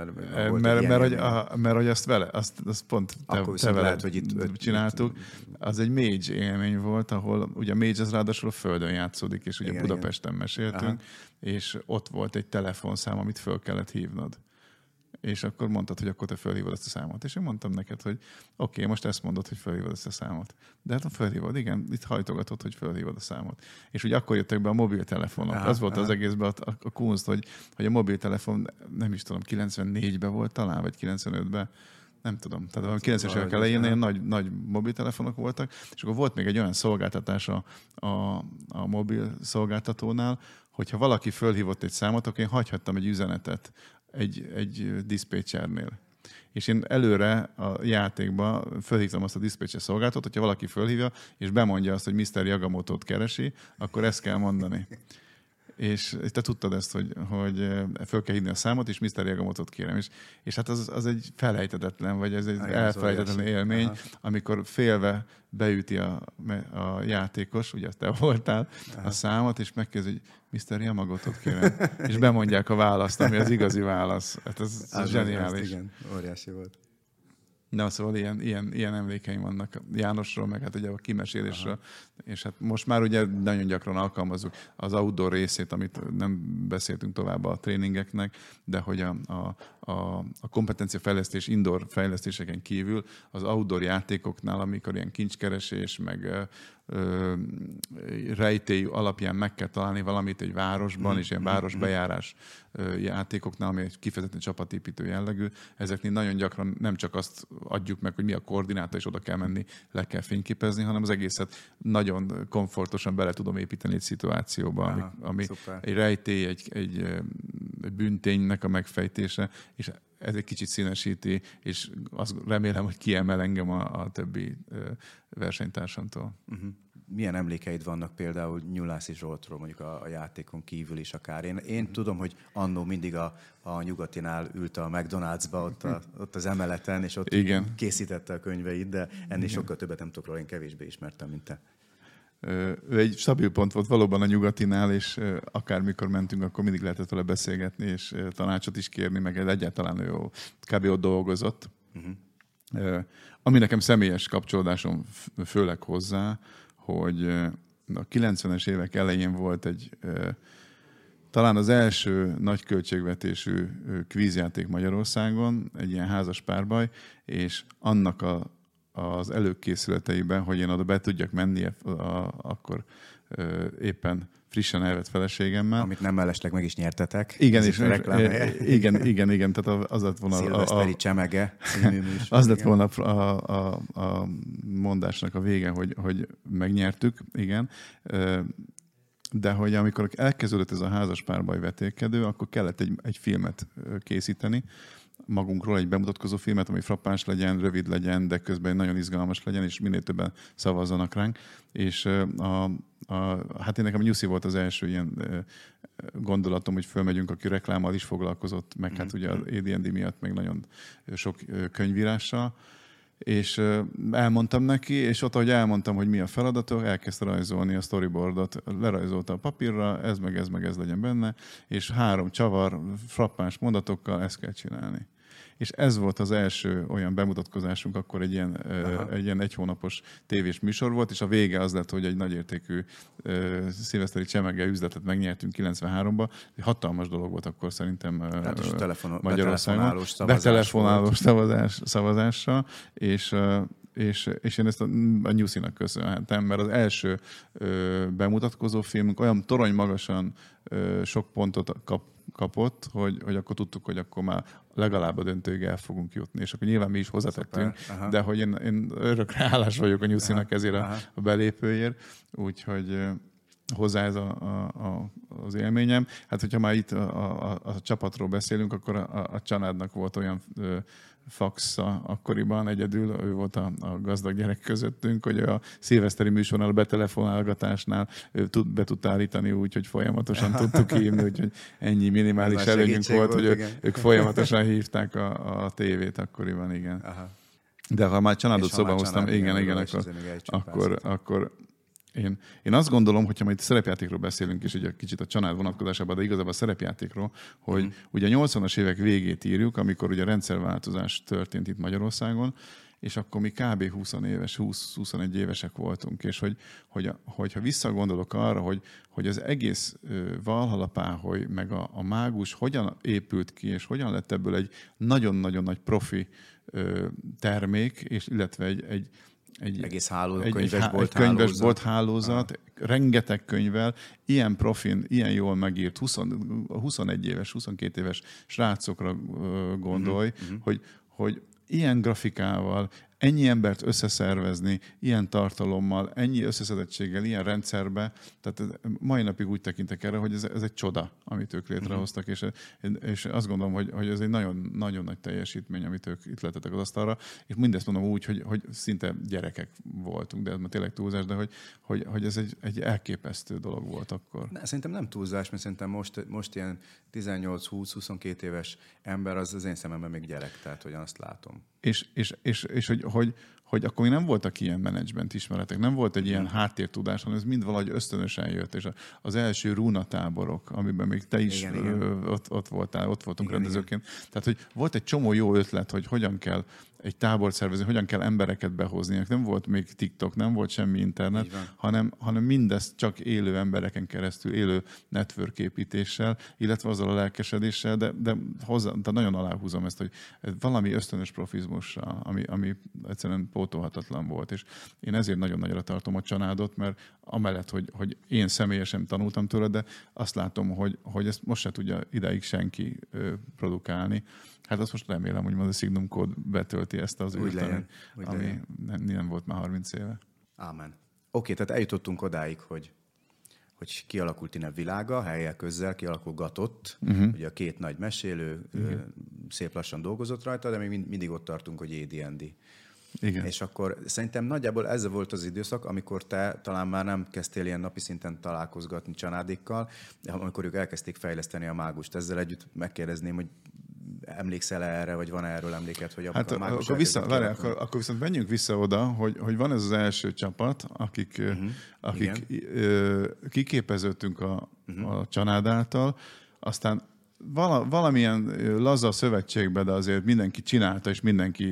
Mert hogy azt vele, azt pont te veled hogy itt csináltuk. Az egy Mage élmény volt, ahol ugye Mage az ráadásul a Földön játszódik, és ugye Budapesten meséltünk, és ott volt egy telefonszám, amit föl kellett hívnod. És akkor mondtad, hogy akkor te fölhívod ezt a számot. És én mondtam neked, hogy oké, most ezt mondod, hogy fölhívod ezt a számot. De hát fölhívod, igen, itt hajtogatod, hogy fölhívod a számot. És ugye akkor jöttek be a mobiltelefonok. Az volt az egészben a kunst, hogy a mobiltelefon, nem is tudom, 94-ben volt talán, vagy 95-ben, nem tudom. Tehát a 90-es évek elején ilyen nagy mobiltelefonok voltak, és akkor volt még egy olyan szolgáltatás a mobil szolgáltatónál, hogyha valaki fölhívott egy számot, akkor én hagyhattam egy üzenetet egy diszpécsernél. És én előre a játékban fölhívtam azt a diszpécser szolgáltatót, hogyha valaki fölhívja, és bemondja azt, hogy Mr. Yagamoto-t keresi, akkor ezt kell mondani. És te tudtad ezt, hogy föl kell hívni a számot, és Mr. Yagamoto-t kérem. És hát az egy felejthetetlen, vagy ez egy elfelejthetetlen élmény, amikor félve beüti a játékos, ugye te voltál, a számot, és megkérdezi, hogy Mr. Yamamoto-t kérem. És bemondják a választ, ami az igazi válasz. Hát ez zseniális. Igen, óriási volt. De szóval ilyen emlékeim vannak Jánosról, meg hát ugye a kimesélésről. És hát most már ugye nagyon gyakran alkalmazzuk az outdoor részét, amit nem beszéltünk tovább a tréningeknek, de hogy a kompetenciafejlesztés, indoor fejlesztéseken kívül az outdoor játékoknál, amikor ilyen kincskeresés, meg rejtély alapján meg kell találni valamit egy városban, és ilyen városbejárás játékoknál, ami egy kifejezetten csapatépítő jellegű, ezeknél nagyon gyakran nem csak azt adjuk meg, hogy mi a koordináta, és oda kell menni, le kell fényképezni, hanem az egészet nagyon komfortosan bele tudom építeni egy szituációba, ami egy rejtély, egy bűnténynek a megfejtése, és ez egy kicsit színesíti, és azt remélem, hogy kiemel engem a többi versenytársamtól. Milyen emlékeid vannak például Nyulász és Zsoltról, mondjuk a játékon kívül is akár? Én tudom, hogy annó mindig a Nyugatinál ült a McDonald'sba, ott az emeleten, és ott készítette a könyveit, de ennél sokkal többet nem tudok róla, én kevésbé ismertem, mint te. Ő egy stabil pont volt valóban a Nyugatinál, és akármikor mentünk, akkor mindig lehetett vele beszélgetni, és tanácsot is kérni, meg egyáltalán ő kb. Ott dolgozott. Ami nekem személyes kapcsolódásom főleg hozzá, hogy a 90-es évek elején volt talán az első nagy költségvetésű kvízjáték Magyarországon, egy ilyen házas párbaj, és annak az előkészületeiben, hogy én oda be tudjak menni, akkor éppen frissen elvett feleségemmel. Amit nem mellesleg meg is nyertetek. Igen, és igen, tehát az lett volna Szilveszteri Csemege című műsor. Az lett volna a mondásnak a vége, hogy megnyertük, igen. De hogy amikor elkezdődött ez a házas párbaj vetélkedő, akkor kellett egy filmet készíteni magunkról, egy bemutatkozó filmet, ami frappáns legyen, rövid legyen, de közben nagyon izgalmas legyen, és minél többen szavazzanak ránk. És hát én nekem Nyuszi volt az első ilyen gondolatom, hogy fölmegyünk, aki reklámmal is foglalkozott, meg hát ugye az AD&D miatt meg nagyon sok könyvírással. És elmondtam neki, és ott, ahogy elmondtam, hogy mi a feladatok, elkezdte rajzolni a storyboardot, lerajzolta a papírra, ez ez legyen benne, és 3 csavar, frappáns mondatokkal ezt kell csinálni. És ez volt az első olyan bemutatkozásunk, akkor egy ilyen 1 hónapos tévés műsor volt, és a vége az lett, hogy egy nagyértékű szilveszteri csemege üzletet megnyertünk 93-ban. Egy hatalmas dolog volt akkor szerintem Magyarországon. Betelefonálós szavazással, és én ezt a Nyuszinak köszönhetem, mert az első bemutatkozó filmünk olyan torony magasan sok pontot kapott, hogy akkor tudtuk, hogy akkor már legalább a döntőig el fogunk jutni. És akkor nyilván mi is hozzátettünk, de hogy én örökre hálás vagyok a Nyuszinak ezért a belépőért, úgyhogy hozzá ez az élményem. Hát, hogyha már itt a csapatról beszélünk, akkor a Csanádnak volt olyan faxa akkoriban egyedül, ő volt a gazdag gyerek közöttünk, hogy a szilveszteri műsornál, a betelefonálgatásnál be tudta állítani úgy, hogy folyamatosan tudtuk hívni, úgyhogy ennyi minimális előnyünk volt, hogy ők folyamatosan hívták a tévét akkoriban, igen. Aha. De ha már Csanádot szóba hoztam, igen, akkor én azt gondolom, hogyha majd szerepjátékról beszélünk, és egy kicsit a Csanád vonatkozásában, de igazából a szerepjátékról, hogy ugye a 80-as évek végét írjuk, amikor ugye rendszerváltozás történt itt Magyarországon, és akkor mi kb. 20-21 évesek voltunk, és hogyha visszagondolok arra, hogy az egész Valhalla Páholy, meg a mágus hogyan épült ki, és hogyan lett ebből egy nagyon-nagyon nagy profi termék, és illetve egy egész könyvesbolt hálózat, rengeteg könyvvel, ilyen profin, ilyen jól megírt 21 éves, 22 éves srácokra gondolj, hogy ilyen grafikával, ennyi embert összeszervezni, ilyen tartalommal, ennyi összeszedettséggel, ilyen rendszerbe, tehát mai napig úgy tekintek erre, hogy ez egy csoda, amit ők létrehoztak, és azt gondolom, hogy ez egy nagyon, nagyon nagy teljesítmény, amit ők itt letettek az asztalra, és mindezt mondom úgy, hogy szinte gyerekek voltunk, de ez már tényleg túlzás, de hogy ez egy elképesztő dolog volt akkor. Szerintem nem túlzás, mert szerintem most ilyen 18-20-22 éves ember az én szememben még gyerek, tehát hogyan azt látom. És hogy akkor még nem voltak ilyen menedzsment ismeretek, nem volt egy ilyen háttértudás, hanem ez mind valahogy ösztönösen jött, és az első Runa táborok, amiben még te is ott voltál, ott voltunk rendezőként. Tehát, hogy volt egy csomó jó ötlet, hogy hogyan kell egy tábort szervezni, hogyan kell embereket behozni. Nem volt még TikTok, nem volt semmi internet, hanem mindezt csak élő embereken keresztül, élő network építéssel, illetve azzal a lelkesedéssel, de nagyon aláhúzom ezt, hogy valami ösztönös profizmussal, ami egyszerűen pótolhatatlan volt. És én ezért nagyon nagyra tartom a családot, mert amellett, hogy én személyesen tanultam tőle, de azt látom, hogy ezt most se tudja idáig senki produkálni. Hát azt most remélem, hogy majd a Signum Code betölti ezt az űrt, ami nem volt már 30 éve. Ámen. Oké, tehát eljutottunk odáig, hogy kialakult innen világa, helyek közzel kialakulgatott. Ugye a két nagy mesélő szép lassan dolgozott rajta, de még mindig ott tartunk, hogy AD&D. Igen. És akkor szerintem nagyjából ez volt az időszak, amikor te talán már nem kezdtél ilyen napi szinten találkozgatni családikkal, de amikor ők elkezdték fejleszteni a mágust. Ezzel együtt megkérdezném, hogy emlékszel erre, vagy van erről emléket, hogy hát a mágus akkor viszont menjünk vissza oda, hogy van ez az első csapat, akik kiképeződtünk a család által, aztán valamilyen laza szövetségbe, de azért mindenki csinálta, és mindenki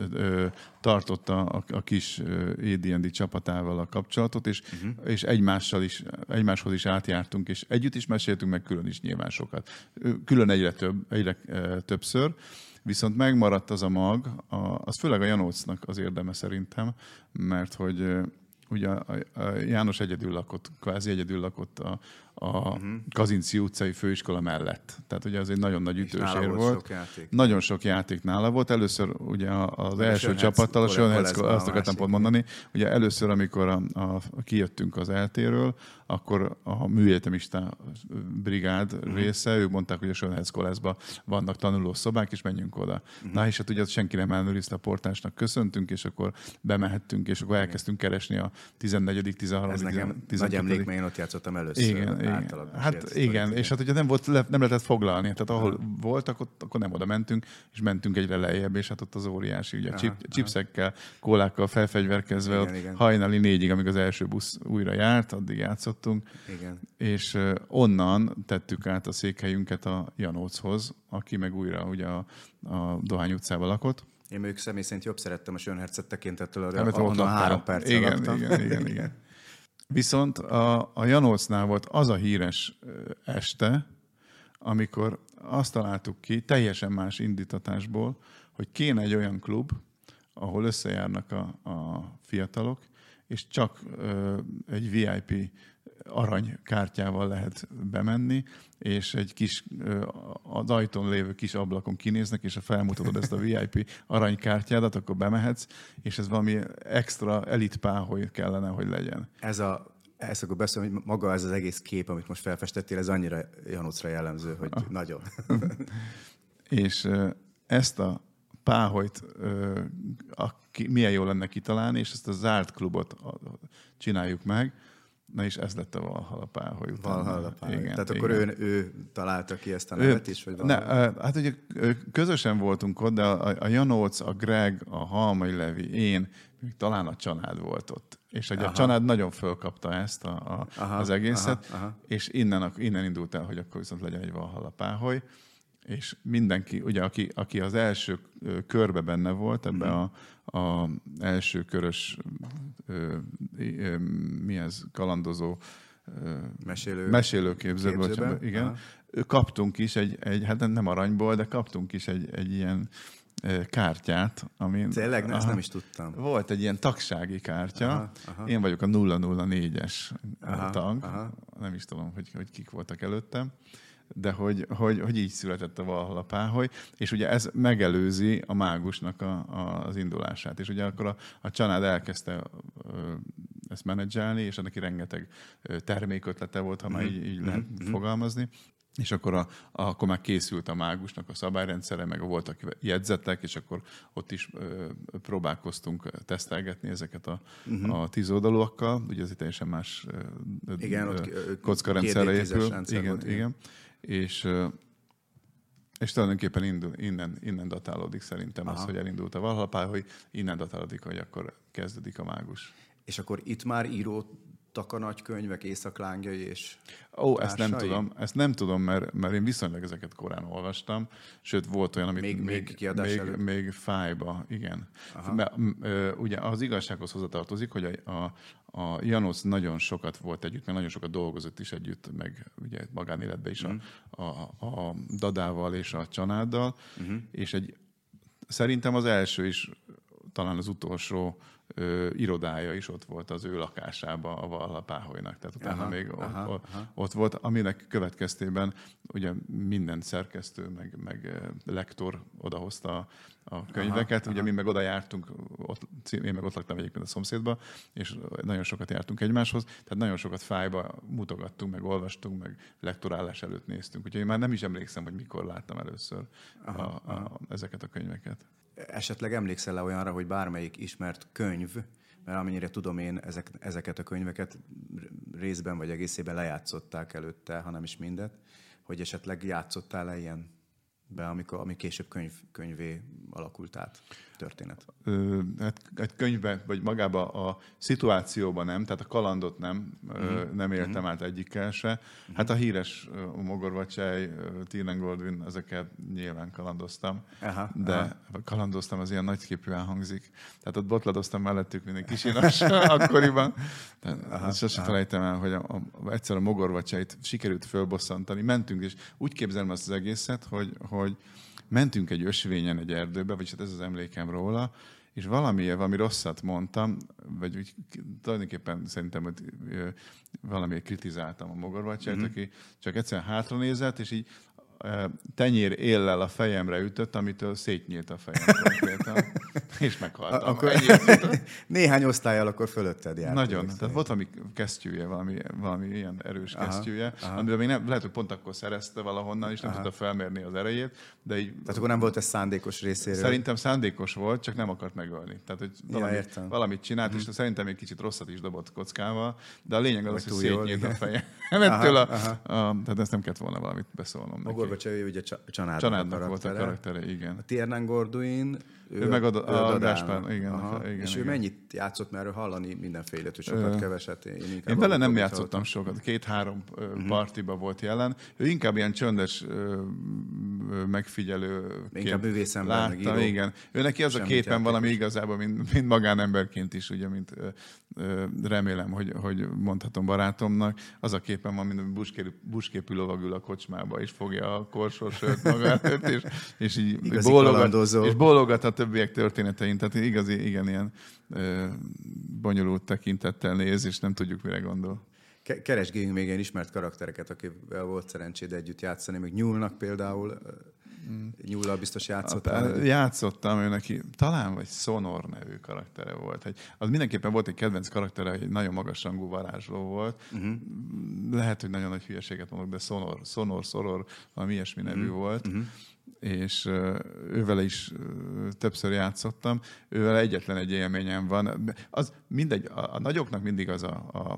tartotta a kis AD&D csapatával a kapcsolatot, és egymáshoz is átjártunk, és együtt is meséltünk, meg külön is nyilván sokat. Külön egyre többször, viszont megmaradt az a mag, az főleg a Janócnak az érdeme szerintem, mert hogy ugye a János kvázi egyedül lakott a Kazinczy utcai főiskola mellett. Tehát ugye az egy nagyon nagy ütősér volt. Nagyon sok játék nála volt. Először ugye az első csapattal, a Schönhetz, azt akartam pont mondani, ugye először, amikor kijöttünk az eltéről, akkor a műegyetemista brigád része, ők mondták, hogy a Schönhetz Koleszban vannak tanuló szobák, és menjünk oda. Na és hát ugye senki nem ellenőrizte, a portásnak köszöntünk, és akkor bemehettünk, és akkor elkezdtünk keresni a 14., 13., Ez nekem nagy emlék, mert én ott játszottam először. Igen. Hát igen, és hát ugye nem lehetett foglalni. Tehát ahol voltak, akkor nem oda mentünk, és mentünk egyre lejjebb, és hát ott az óriási, ugye chipsekkel, kólákkal felfegyverkezve, ott hajnali 4-ig, amíg az első busz újra járt, addig játszottunk. Igen. És onnan tettük át a székhelyünket a Janóchoz, aki meg újra ugye a Dohány utcában lakott. Én ők személy szerint jobb szerettem a Schönherzet tekintettel, onnan 3 percre laktam. Igen. Viszont a Janócnál volt az a híres este, amikor azt találtuk ki, teljesen más indítatásból, hogy kéne egy olyan klub, ahol összejárnak a fiatalok, és csak egy VIP aranykártyával lehet bemenni, és egy kis, az ajtón lévő kis ablakon kinéznek, és ha felmutatod ezt a VIP aranykártyádat, akkor bemehetsz, és ez valami extra elitpáholy kellene, hogy legyen. Ezt akkor beszélni, hogy maga ez az egész kép, amit most felfestettél, ez annyira Janócra jellemző, hogy nagyon. És ezt a páholyt milyen jó lenne kitalálni, és ezt a zárt klubot csináljuk meg. Na és ez lett a Valhalla Páholy után. Valhalla Páholy. Igen, tehát akkor ő találta ki ezt a nevet is? Vagy hát ugye közösen voltunk ott, de a Janóc, a Greg, a Halmai Levi, én, talán a család volt ott. És a család nagyon fölkapta ezt az egészet, és innen indult el, hogy akkor viszont legyen egy Valhalla Páholy. És mindenki, ugye, aki az első körbe benne volt ebbe a első körös mi ez, kalandozó mesélőképzőből. Igen. Kaptunk is hát nem aranyból, de kaptunk is egy ilyen kártyát. Tényleg? Ezt nem is tudtam. Volt egy ilyen tagsági kártya. Aha. Én vagyok a 004-es tag. Aha. Nem is tudom, hogy kik voltak előttem. De hogy így született a Valhalla Páholy, és ugye ez megelőzi a mágusnak az indulását. És ugye akkor a Csanád elkezdte ezt menedzselni, és neki rengeteg termékötlete volt, ha már így lehet fogalmazni. És akkor már készült a mágusnak a szabályrendszere, meg voltak jegyzetek, és akkor ott is próbálkoztunk tesztelgetni ezeket a 10 oldalúakkal. Ugye ez egy teljesen más kockarendszerre épül. Igen. És tulajdonképpen innen datálódik szerintem az, hogy elindult a Valhalla Páholy, innen datálódik, hogy akkor kezdődik a mágus. És akkor itt már írottak a nagykönyvek, Éjszaklángjai és ezt nem tudom, mert én viszonylag ezeket korán olvastam, sőt volt olyan, amit még fájba, igen. Mert, ugye az igazsághoz hozzátartozik, hogy a János nagyon sokat volt együtt, meg nagyon sokat dolgozott is együtt, meg ugye magánéletben is a Dadával és a Csanáddal, és szerintem az első is, talán az utolsó irodája is ott volt az ő lakásában a Valhalla Páholynak. Tehát utána még ott volt, aminek következtében ugye minden szerkesztő, meg lektor odahozta a könyveket. Ugye mi meg oda jártunk, én meg ott laktam egyébként a szomszédba, és nagyon sokat jártunk egymáshoz, tehát nagyon sokat fájba mutogattunk, meg olvastunk, meg lektorálás előtt néztünk. Úgyhogy én már nem is emlékszem, hogy mikor láttam először ezeket a könyveket. Esetleg emlékszel le olyanra, hogy bármelyik ismert könyv, mert amennyire tudom én, ezeket a könyveket részben vagy egészében lejátszották előtte, hanem is mindet, hogy esetleg játszottál le ilyenbe, ami később könyvé alakult át történet? Hát könyvben, vagy magában a szituációban nem, tehát a kalandot nem éltem át egyikkel se. Hát a híres Mogorvacsely, Tiernan Goldwyn, ezeket nyilván kalandoztam, de kalandoztam, az ilyen nagyképűen hangzik. Tehát ott botladoztam mellettük, mint egy kisinas akkoriban. Sose felejtem el, hogy egyszer a Mogorvacselyt sikerült fölbosszantani. Mentünk, és úgy képzelem azt az egészet, hogy mentünk egy ösvényen egy erdőbe, vagyis hát ez az emlékem róla, és valami rosszat mondtam, vagy úgy tulajdonképpen szerintem, hogy valamiért kritizáltam a Mogorvacselyt, aki csak egyszerűen hátranézett, és így tenyér éllel a fejemre ütött, amitől szétnyílt a fejem konkrétan, és meghaltam. Akkor néhány osztályal akkor fölötted járt. Nagyon. Tehát volt valami kesztyűje, valami ilyen erős kesztyűje, amiben még lehet, hogy pont akkor szerezte valahonnan, és nem tudta felmérni az erejét. De így, tehát akkor nem volt ez szándékos részéről? Szerintem szándékos volt, csak nem akart megölni. Tehát, hogy valamit csinált, és szerintem egy kicsit rosszat is dobott kockával, de a lényeg az, hogy szétnyílt a fejem. Tehát ezt nem kellett volna valamit beszólnom neki. Mogorvacsely ugye Csanádnak volt a karaktere, igen. A Tiernan Goldwyn, ő meg a Gáspár, igen. És ő mennyit játszott, mert erről hallani mindenfélét, hogy sokat, keveset. Én vele nem játszottam sokat, 2-3 partiba volt jelen. Ő inkább ilyen csöndes megfigyelő. Inkább művészember, meg író. Igen. Ő neki az a képen valami igazából, mint magánemberként is, ugye, mint remélem, hogy mondhatom barátomnak. Az a képen van, mint busképű lovag ül a kocsmába, és fogja a korsósört maga előtt, és így bólogat a többiek történetein. Tehát igazi, igen, ilyen bonyolult tekintettel néz, és nem tudjuk, mire gondol. Keresgéljünk még ilyen ismert karaktereket, akivel volt szerencséd együtt játszani, még Nyúlnak például. Nyúllal biztos játszottál. Játszottam, ő neki talán vagy Sonor nevű karaktere volt. Az mindenképpen volt egy kedvenc karaktere, egy nagyon magasrangú varázsló volt. Lehet, hogy nagyon nagy hülyeséget mondok, de Sonor, valami ilyesmi nevű volt. És ővele is többször játszottam. Ővele egyetlen egy élményem van. Az mindegy, a nagyoknak mindig az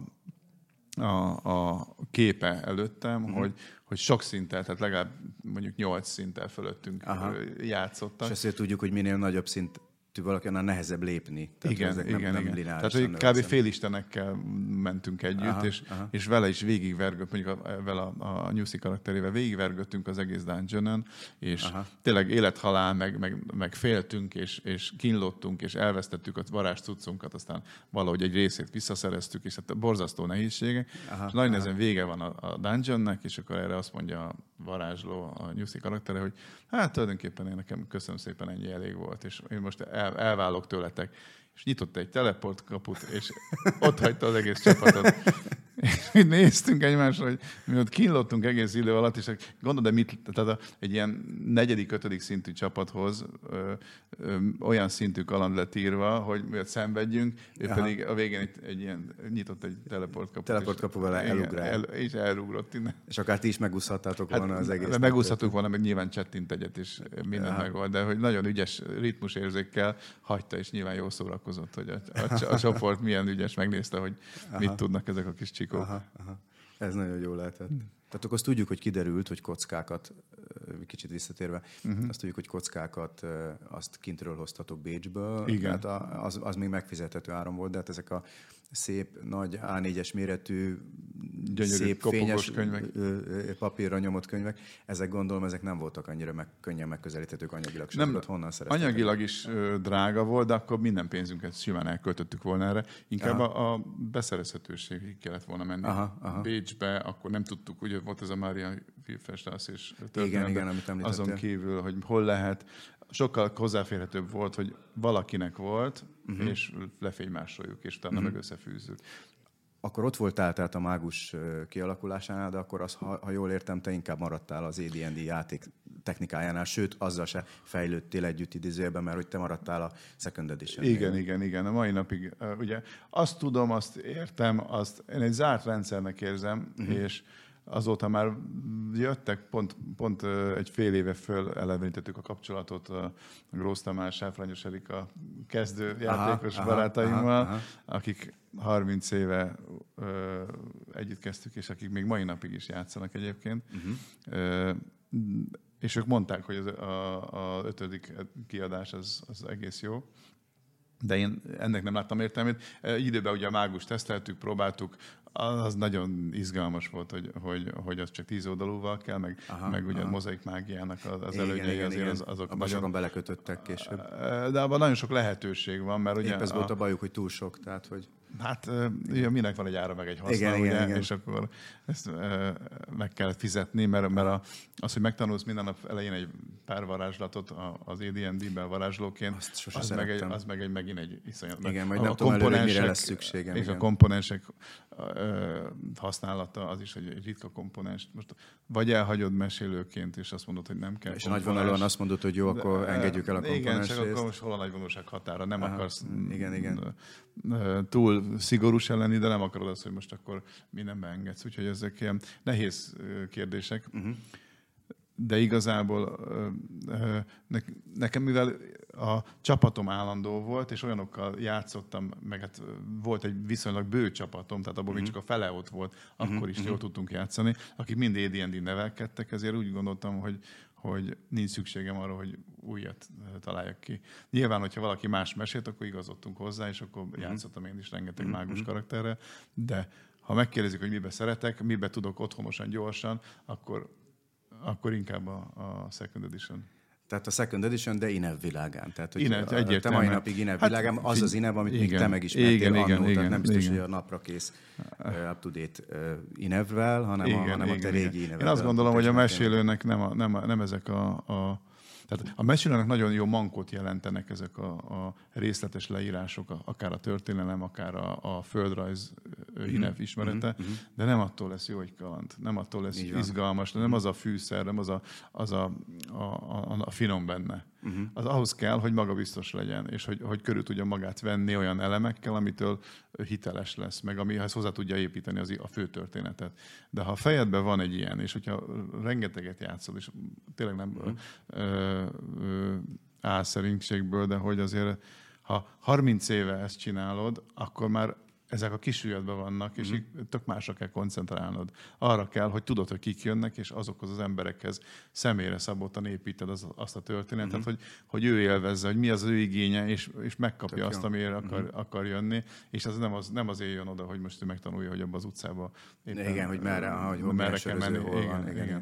a képe előttem, hogy sok szinttel, tehát legalább mondjuk 8 szinttel fölöttünk játszottak. És azért tudjuk, hogy minél nagyobb szintű valaki, annál nehezebb lépni. Tehát igen. Tehát, hogy kb. Félistenekkel mentünk együtt, és vele is végigvergött, mondjuk vele a Newsy karakterével végigvergöttünk az egész dungeonon, és tényleg élethalál, meg féltünk, és kínlottunk, és elvesztettük a varázscuccunkat, aztán valahogy egy részét visszaszereztük, és hát borzasztó nehézségek. És nagy nehezen vége van a dungeonnek, és akkor erre azt mondja a varázsló, a Newsy karaktere, hogy hát tulajdonképpen én nekem köszönöm szépen, ennyi elég volt, és én most elválok tőletek. És nyitott egy teleport kaput, és ott hagyta az egész csapatot. És mi néztünk egymásra, hogy mi ott kínlottunk egész idő alatt, és gondolod, de tehát egy ilyen 4.-5. szintű csapathoz olyan szintű kaland lett írva, hogy mi ott szenvedjünk, ő pedig a végén egy ilyen nyitott egy teleport kaput. Teleport kapu vele elugrál. És elrugrott innen. És akár ti is megúszhattátok volna az egész. Megúszhatunk volna, meg nyilván csettint egyet, és mindent megvolt, de hogy nagyon ügyes ritmusérzékkel hagyta, és nyilván jól szórakozott, hogy a csoport milyen ügyes, megnézte, hogy mit tudnak ezek a kis csikók. Ez nagyon jó lehetett. Tehát akkor azt tudjuk, hogy kiderült, hogy kockákat, kicsit visszatérve, azt tudjuk, hogy kockákat azt kintről hoztatok Bécsből. Igen. Tehát az még megfizethető áron volt, de hát ezek a szép, nagy A4-es méretű, gyönyörű, szép, fényes könyvek. Papírra nyomott könyvek, ezek gondolom, ezek nem voltak annyira könnyen megközelíthetők anyagilag. Nem, honnan szereztek? Anyagilag is drága volt, de akkor minden pénzünket simán elköltöttük volna erre. Inkább a beszerezhetőségig kellett volna menni. Bécsbe, akkor nem tudtuk, ugye volt ez a Mária Filmfeststraße és történet, igen, amit említettél. azon kívül, hogy hol lehet. Sokkal hozzáférhetőbb volt, hogy valakinek volt, és lefénymásoljuk, és utána meg összefűzzük. Akkor ott voltál tehát a mágus kialakulásánál, de akkor az, ha jól értem, te inkább maradtál az AD&D játék technikájánál, sőt, azzal se fejlődtél együtt idézőjelben, mert hogy te maradtál a Second Edition-nél. Igen. A mai napig ugye azt tudom, azt értem, én egy zárt rendszernek érzem, és azóta már jöttek, pont egy fél éve föl elevenítettük a kapcsolatot a Grósz Tamás, Sáfrányos Erika kezdő játékos barátaimmal, akik 30 éve együtt kezdtük, és akik még mai napig is játszanak egyébként. És ők mondták, hogy az 5. kiadás az egész jó. De én ennek nem láttam értelmét. Egy időben ugye a mágust teszteltük, próbáltuk, az nagyon izgalmas volt, hogy az csak 10 oldalúval kell, meg ugye a mozaik mágiának az előnyei azért azok abban sokan belekötöttek később. De abban nagyon sok lehetőség van, mert ugye... Épp ez volt a bajuk, hogy túl sok, tehát hogy... Hát minek van egy ára, meg egy haszna, igen. És akkor ezt meg kellett fizetni, mert az, hogy megtanulsz minden nap elején egy pár varázslatot az AD&D-ben varázslóként, az meg megint egy iszonyat. Igen, majd nem tudom előre, mire lesz szükségem. És a komponensek használata az is egy ritka komponens. Most vagy elhagyod mesélőként, és azt mondod, hogy nem kell. És nagyvonalúan azt mondod, hogy jó, akkor engedjük el a komponens részt. Igen, csak akkor most hol a nagyvonalúság határa. Nem akarsz túl szigorús lenni, de nem akarod azt, hogy most akkor mindenbe engedsz. Úgyhogy ezek ilyen nehéz kérdések. De igazából nekem, mivel a csapatom állandó volt, és olyanokkal játszottam, meg hát volt egy viszonylag bő csapatom, tehát abból még csak a fele ott volt, akkor is jól tudtunk játszani, akik mind AD&D nevelkedtek, ezért úgy gondoltam, hogy nincs szükségem arra, hogy újat találjak ki. Nyilván, hogyha valaki más mesélt, akkor igazodtunk hozzá, és akkor játszottam én is rengeteg mágus karakterrel, de ha megkérdezik, hogy mibe szeretek, mibe tudok otthonosan, gyorsan, akkor inkább a Second Edition. Tehát a Second Edition, de Inev világán. Tehát, hogy Inev, te mai napig Inev világán, az az Inev, amit még te megismertél annó, tehát nem biztos, hogy a napra kész up-to-date Inevvel, hanem a te régi Inev. Én azt gondolom, hogy a mesélőnek nem ezek tehát a mesélőnek nagyon jó mankót jelentenek ezek a részletes leírások, akár a történelem, akár a földrajz Inev ismerete, de nem attól lesz jó egy kaland, nem attól lesz izgalmas, nem az a fűszer, nem az a finom benne. Az ahhoz kell, hogy magabiztos legyen, és hogy körül tudja magát venni olyan elemekkel, amitől hiteles lesz, meg amihez hozzá tudja építeni a fő történetet. De ha a fejedben van egy ilyen, és hogyha rengeteget játszol, és tényleg nem álszerénységből, de hogy azért, ha 30 éve ezt csinálod, akkor már ezek a kisügyedben vannak, és tök másra kell koncentrálnod. Arra kell, hogy tudod, hogy kik jönnek, és azokhoz az emberekhez személyre szabottan építed azt a történetet, hogy ő élvezze, hogy mi az ő igénye, és megkapja azt, amire akar jönni, és az nem azért jön oda, hogy most ő megtanulja, hogy abban az utcában igen, hogy merre kell menni. Igen.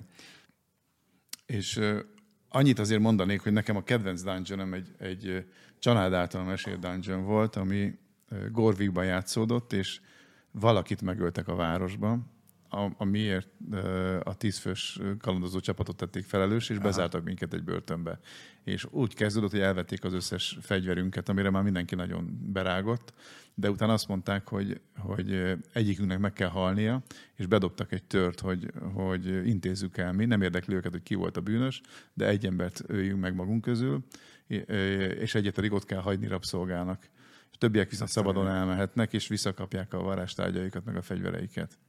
És annyit azért mondanék, hogy nekem a kedvenc dungeonom egy család által mesélt dungeon volt, ami Gorvikban játszódott, és valakit megöltek a városban, amiért a 10 fős kalandozó csapatot tették felelős, és bezártak minket egy börtönbe. És úgy kezdődött, hogy elvették az összes fegyverünket, amire már mindenki nagyon berágott, de utána azt mondták, hogy egyikünknek meg kell halnia, és bedobtak egy tört, hogy intézzük el mi. Nem érdekli őket, hogy ki volt a bűnös, de egy embert öljünk meg magunk közül, és egyet pedig ott kell hagyni rabszolgának. És többiek viszont szabadon elmehetnek, és visszakapják a varázstárgyaikat, meg a fegyvereiket.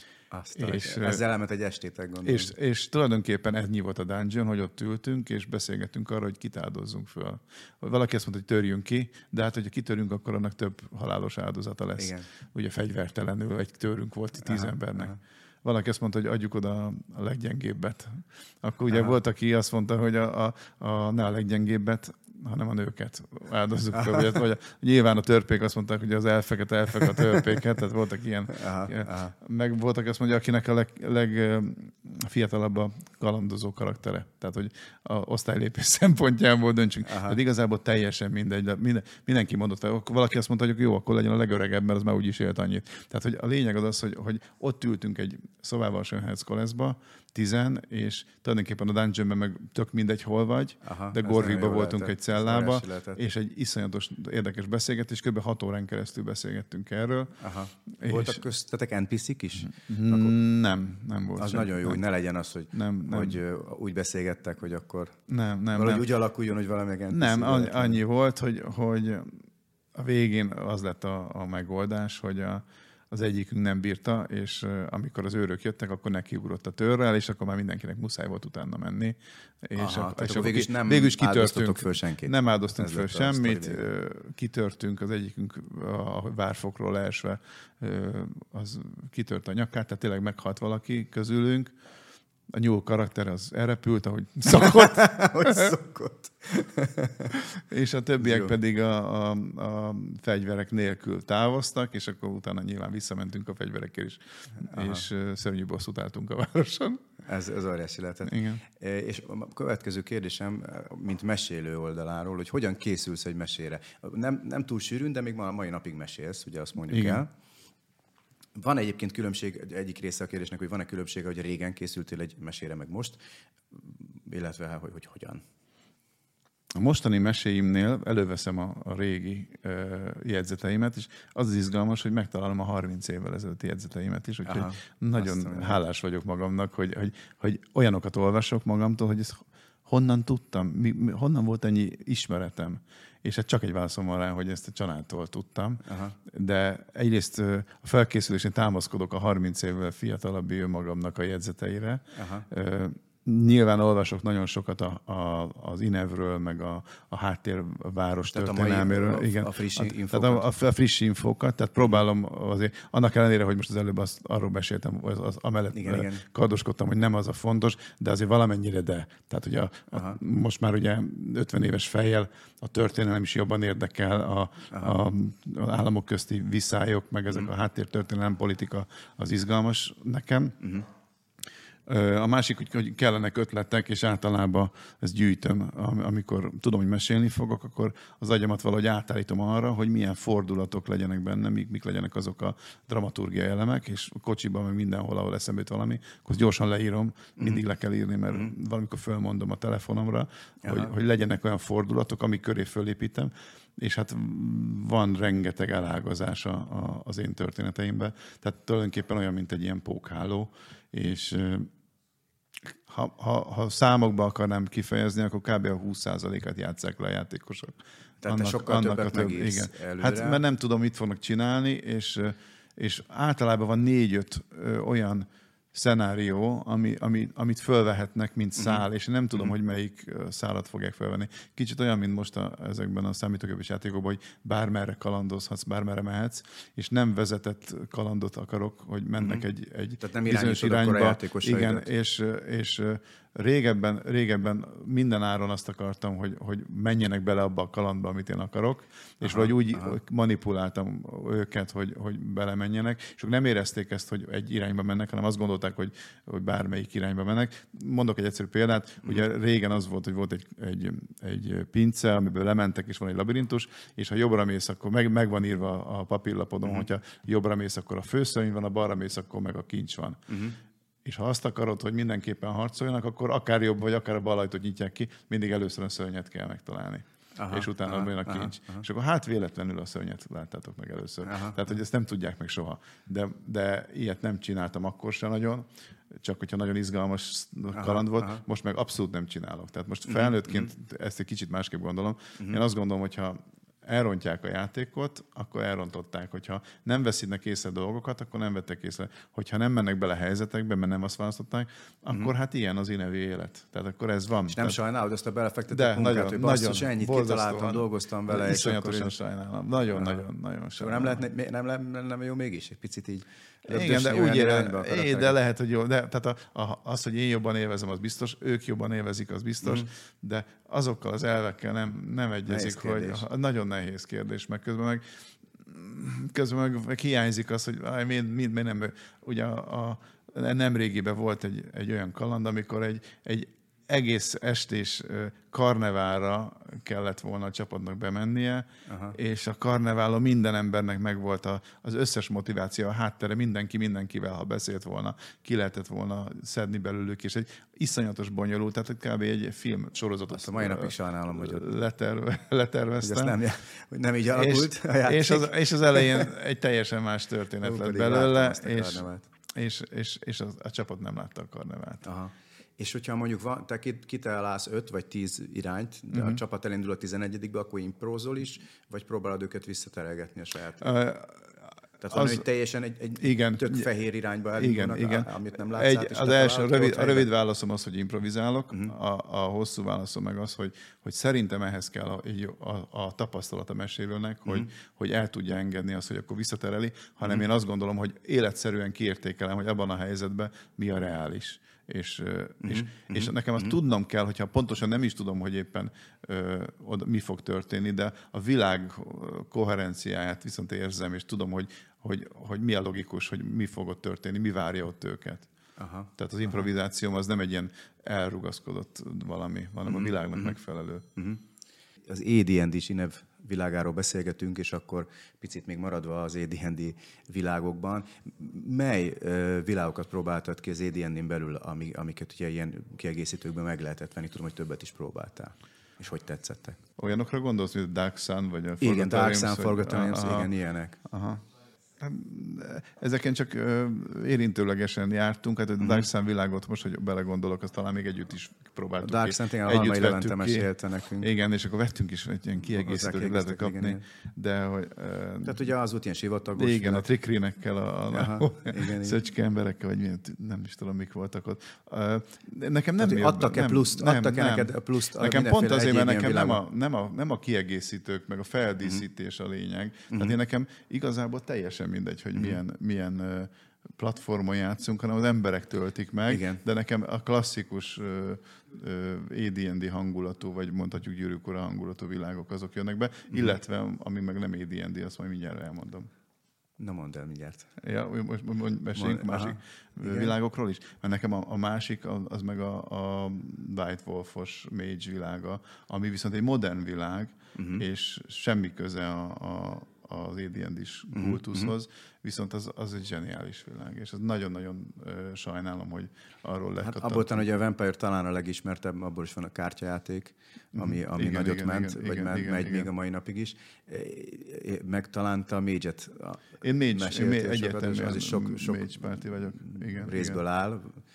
Ezzel elment egy estétek, gondolom. És tulajdonképpen ennyi volt a dungeon, hogy ott ültünk, és beszélgettünk arra, hogy kit áldozzunk föl. Valaki azt mondta, hogy törjünk ki, de hát, hogyha kitörünk, akkor annak több halálos áldozata lesz. Igen. Ugye fegyvertelenül egy törünk volt 10 embernek. Valaki azt mondta, hogy adjuk oda a leggyengébbet. Akkor ugye volt, aki azt mondta, hogy ne a leggyengébbet, hanem a nőket áldozzuk fel. Vagy nyilván a törpék azt mondták, hogy az elfeket a törpéket, tehát voltak ilyen. Meg voltak azt mondja, akinek a legfiatalabb a kalandozó karaktere. Tehát, hogy a osztálylépés szempontjából döntsünk. Tehát igazából teljesen mindegy. Mindenki mondott, valaki azt mondta, hogy jó, akkor legyen a legöregebb, mert az már úgyis élt annyit. Tehát, hogy a lényeg az, hogy ott ültünk egy szobával Schönheitskoleszba, 10, és tulajdonképpen a dungeonben meg tök mindegy hol vagy, de Gorvikban voltunk egy cellába, és egy iszonyatos érdekes beszélgetés, kb. 6 órán keresztül beszélgettünk erről. Voltak köztetek NPC-k is? Nem volt. Az nagyon jó, hogy ne legyen az, hogy, hogy úgy beszélgettek, hogy akkor valahogy úgy alakuljon, hogy valamelyik NPC. Nem, annyi volt, hogy a végén az lett a megoldás, hogy az egyikünk nem bírta, és amikor az őrök jöttek, akkor nekiugrott a törrel, és akkor már mindenkinek muszáj volt utána menni. És akkor végül is áldoztatok föl senkit. Nem áldoztunk föl semmit, kitörtünk, az egyikünk a várfokról leesve, az kitört a nyakát, tehát tényleg meghalt valaki közülünk. A nyúl karakter az elrepült, ahogy szokott. És a többiek pedig a fegyverek nélkül távoztak, és akkor utána nyilván visszamentünk a fegyverekkel is, és szörnyű bosszút álltunk a városon. Ez óriási lehetett. Igen. És a következő kérdésem, mint mesélő oldaláról, hogy hogyan készülsz egy mesére? Nem túl sűrűn, de még mai napig mesélsz, ugye azt mondjuk el. Van egyébként különbség, egyik része a kérdésnek, hogy van-e különbsége, hogy régen készültél egy mesére, meg most, illetve hogy hogyan? A mostani meséimnél előveszem a régi jegyzeteimet, és az izgalmas, hogy megtalálom a 30 évvel ezelőtti jegyzeteimet is, úgyhogy nagyon hálás vagyok magamnak, hogy olyanokat olvasok magamtól, hogy ezt honnan tudtam, honnan volt ennyi ismeretem. És hát csak egy válaszom van rá, hogy ezt a családtól tudtam. De egyrészt a felkészülésén támaszkodok a 30 évvel fiatalabbi önmagamnak a jegyzeteire. Nyilván olvasok nagyon sokat az Inevről, meg a háttérváros történelméről. Igen. A friss infókat. Tehát a friss infókat, tehát próbálom azért, annak ellenére, hogy most az előbb arról beszéltem, amellett kardoskodtam, hogy nem az a fontos, de azért valamennyire Tehát ugye most már ugye 50 éves fejjel a történelem is jobban érdekel, az államok közti viszályok, meg ezek a háttértörténelem politika az izgalmas nekem. A másik, hogy kellenek ötletek, és általában ezt gyűjtöm. Amikor tudom, hogy mesélni fogok, akkor az agyamat valahogy átállítom arra, hogy milyen fordulatok legyenek benne, mik legyenek azok a dramaturgiai elemek, és a kocsiban, meg mindenhol, ahol eszembe jut valami, akkor gyorsan leírom, mindig le kell írni, mert valamikor fölmondom a telefonomra, hogy legyenek olyan fordulatok, amik köré fölépítem, és hát van rengeteg elágazás az én történeteimben. Tehát tulajdonképpen olyan, mint egy ilyen pókháló, és ha számokba akarnám kifejezni, akkor kb. A 20%-át játsszák le a játékosok. Tehát te sokkal többet megírsz előre. Hát mert nem tudom, mit fognak csinálni, és általában van 4-5 olyan szenárió, amit fölvehetnek, mint szál, és nem tudom, hogy melyik szálat fogják felvenni. Kicsit olyan, mint most ezekben a számítógépes játékokban, hogy bármerre kalandozhatsz, bármerre mehetsz, és nem vezetett kalandot akarok, hogy mennek egy tehát nem bizonyos irányba. Igen, és régebben minden áron azt akartam, hogy menjenek bele abba a kalandba, amit én akarok, és vagy úgy manipuláltam őket, hogy belemenjenek, és ők nem érezték ezt, hogy egy irányba mennek, hanem azt gondolták, hogy bármelyik irányba mennek. Mondok egy egyszerű példát, ugye régen az volt, hogy volt egy pince, amiből lementek, és van egy labirintus, és ha jobbra mész, akkor meg van írva a papírlapodon, hogyha jobbra mész, akkor a főszörny van, a balra mész, akkor meg a kincs van. És ha azt akarod, hogy mindenképpen harcoljanak, akkor akár jobb vagy akár a bal ajtót nyitják ki, mindig először a szörnyet kell megtalálni. És utána jön a kincs. És akkor véletlenül a szörnyet láttátok meg először. Tehát, hogy ezt nem tudják meg soha. De ilyet nem csináltam akkor sem nagyon, csak hogyha nagyon izgalmas kaland volt. Most meg abszolút nem csinálok. Tehát most felnőttként ezt egy kicsit másképp gondolom. Én azt gondolom, hogyha elrontják a játékot, akkor elrontották. Hogyha nem veszínek észre dolgokat, akkor nem vettek észre. Hogyha nem mennek bele helyzetekbe, mert nem azt választották, akkor hát ilyen az inevi élet. Tehát akkor ez van. És nem sajnálod azt a belefektetett munkát, hogy basszus, ennyit kitaláltam, dolgoztam vele. Iszonyatosan sajnálom. Nagyon sajnálom. Nem lenne jó mégis egy picit így. Igen, de úgy de lehet, hogy jó. De, tehát az, hogy én jobban élvezem, az biztos, ők jobban élvezik, az biztos, de azokkal az elvekkel nem egyezik, hogy nagyon nehéz kérdés, meg közben meg hiányzik az, hogy miért nem. Ugye nem régiben volt egy olyan kaland, amikor egy egész estés karneválra kellett volna a csapatnak bemennie, és a karneválon minden embernek megvolt az összes motiváció, a háttere, mindenkivel, ha beszélt volna, ki lehetett volna szedni belőlük, és egy iszonyatos bonyolult, tehát kb. Egy film sorozatot. Azt a mai napig sajnálom, hogy leterveztem. Hogy nem így alakult a játék. És az elején egy teljesen más történet lett belőle, és a csapat nem látta a karnevált. És hogyha mondjuk te kitalálsz 5 vagy 10 irányt, de a csapat elindul a 11-be, akkor imprózol is, vagy próbálod őket visszaterelgetni a saját? Tehát van, hogy teljesen egy tök fehér irányba elindulnak, amit nem látsz a rövid válaszom az, hogy improvizálok, a hosszú válaszom meg az, hogy szerintem ehhez kell a tapasztalat a mesélőnek, hogy el tudja engedni azt, hogy akkor visszatereli, hanem én azt gondolom, hogy életszerűen kiértékelem, hogy abban a helyzetben mi a reális. És nekem azt tudnom kell, hogyha pontosan nem is tudom, hogy éppen oda mi fog történni, de a világ koherenciáját viszont érzem, és tudom, hogy mi a logikus, hogy mi fog ott történni, mi várja ott őket. Tehát az improvizációm az nem egy ilyen elrugaszkodott valami, hanem a világnak megfelelő. Az AD&D-s Inev világáról beszélgetünk, és akkor picit még maradva az AD&D világokban. Mely világokat próbáltad ki az AD&D-n belül, amiket ugye ilyen kiegészítőkben meg lehetett venni? Tudom, hogy többet is próbáltál. És hogy tetszettek? Olyanokra gondolsz, mint a Dark Sun, vagy a Igen, Dark Sun, Forgotten Realms, igen, ilyenek. Ezeken csak érintőlegesen jártunk, hát a Dark Sun világot most, hogy belegondolok, azt talán még együtt is próbáltuk. A Dark Sun tényleg a Halmai Levente mesélte nekünk. Igen, és akkor vettünk is egy ilyen kiegészítőt, hogy lehetett kapni. Igen. De, hogy, tehát ugye az volt ilyen sivatagos. Igen, a trikrinekkel, a szöcske emberekkel, vagy nem is tudom, mik voltak ott. Nekem nem adtak-e pluszt? Adtak-e neked a pluszt? Nekem pont azért, mert nekem nem a kiegészítők, meg a feldíszítés a lényeg. Tehát én nekem igazából teljesen mindegy, hogy milyen platformon játszunk, hanem az emberek töltik meg, igen. De nekem a klasszikus AD&D hangulatú, vagy mondhatjuk Gyűrűk Ura hangulatú világok azok jönnek be, illetve ami meg nem AD&D, azt majd mindjárt elmondom. Na mondd el mindjárt. Ja, most meséljünk másik világokról is. Mert nekem a másik, az meg a White Wolf-os Mage világa, ami viszont egy modern világ, és semmi köze az AD&D-s kultuszhoz, viszont az egy zseniális világ, és az nagyon-nagyon sajnálom, hogy arról lett. Hát abból talán, hogy a Vampire talán a legismertebb, abból is van a kártyajáték, ami nagyot ment, vagy megy még a mai napig is. Meg talán te a Mage-et Én egyértelműen az is sok Mage párti vagyok. Igen, részből áll.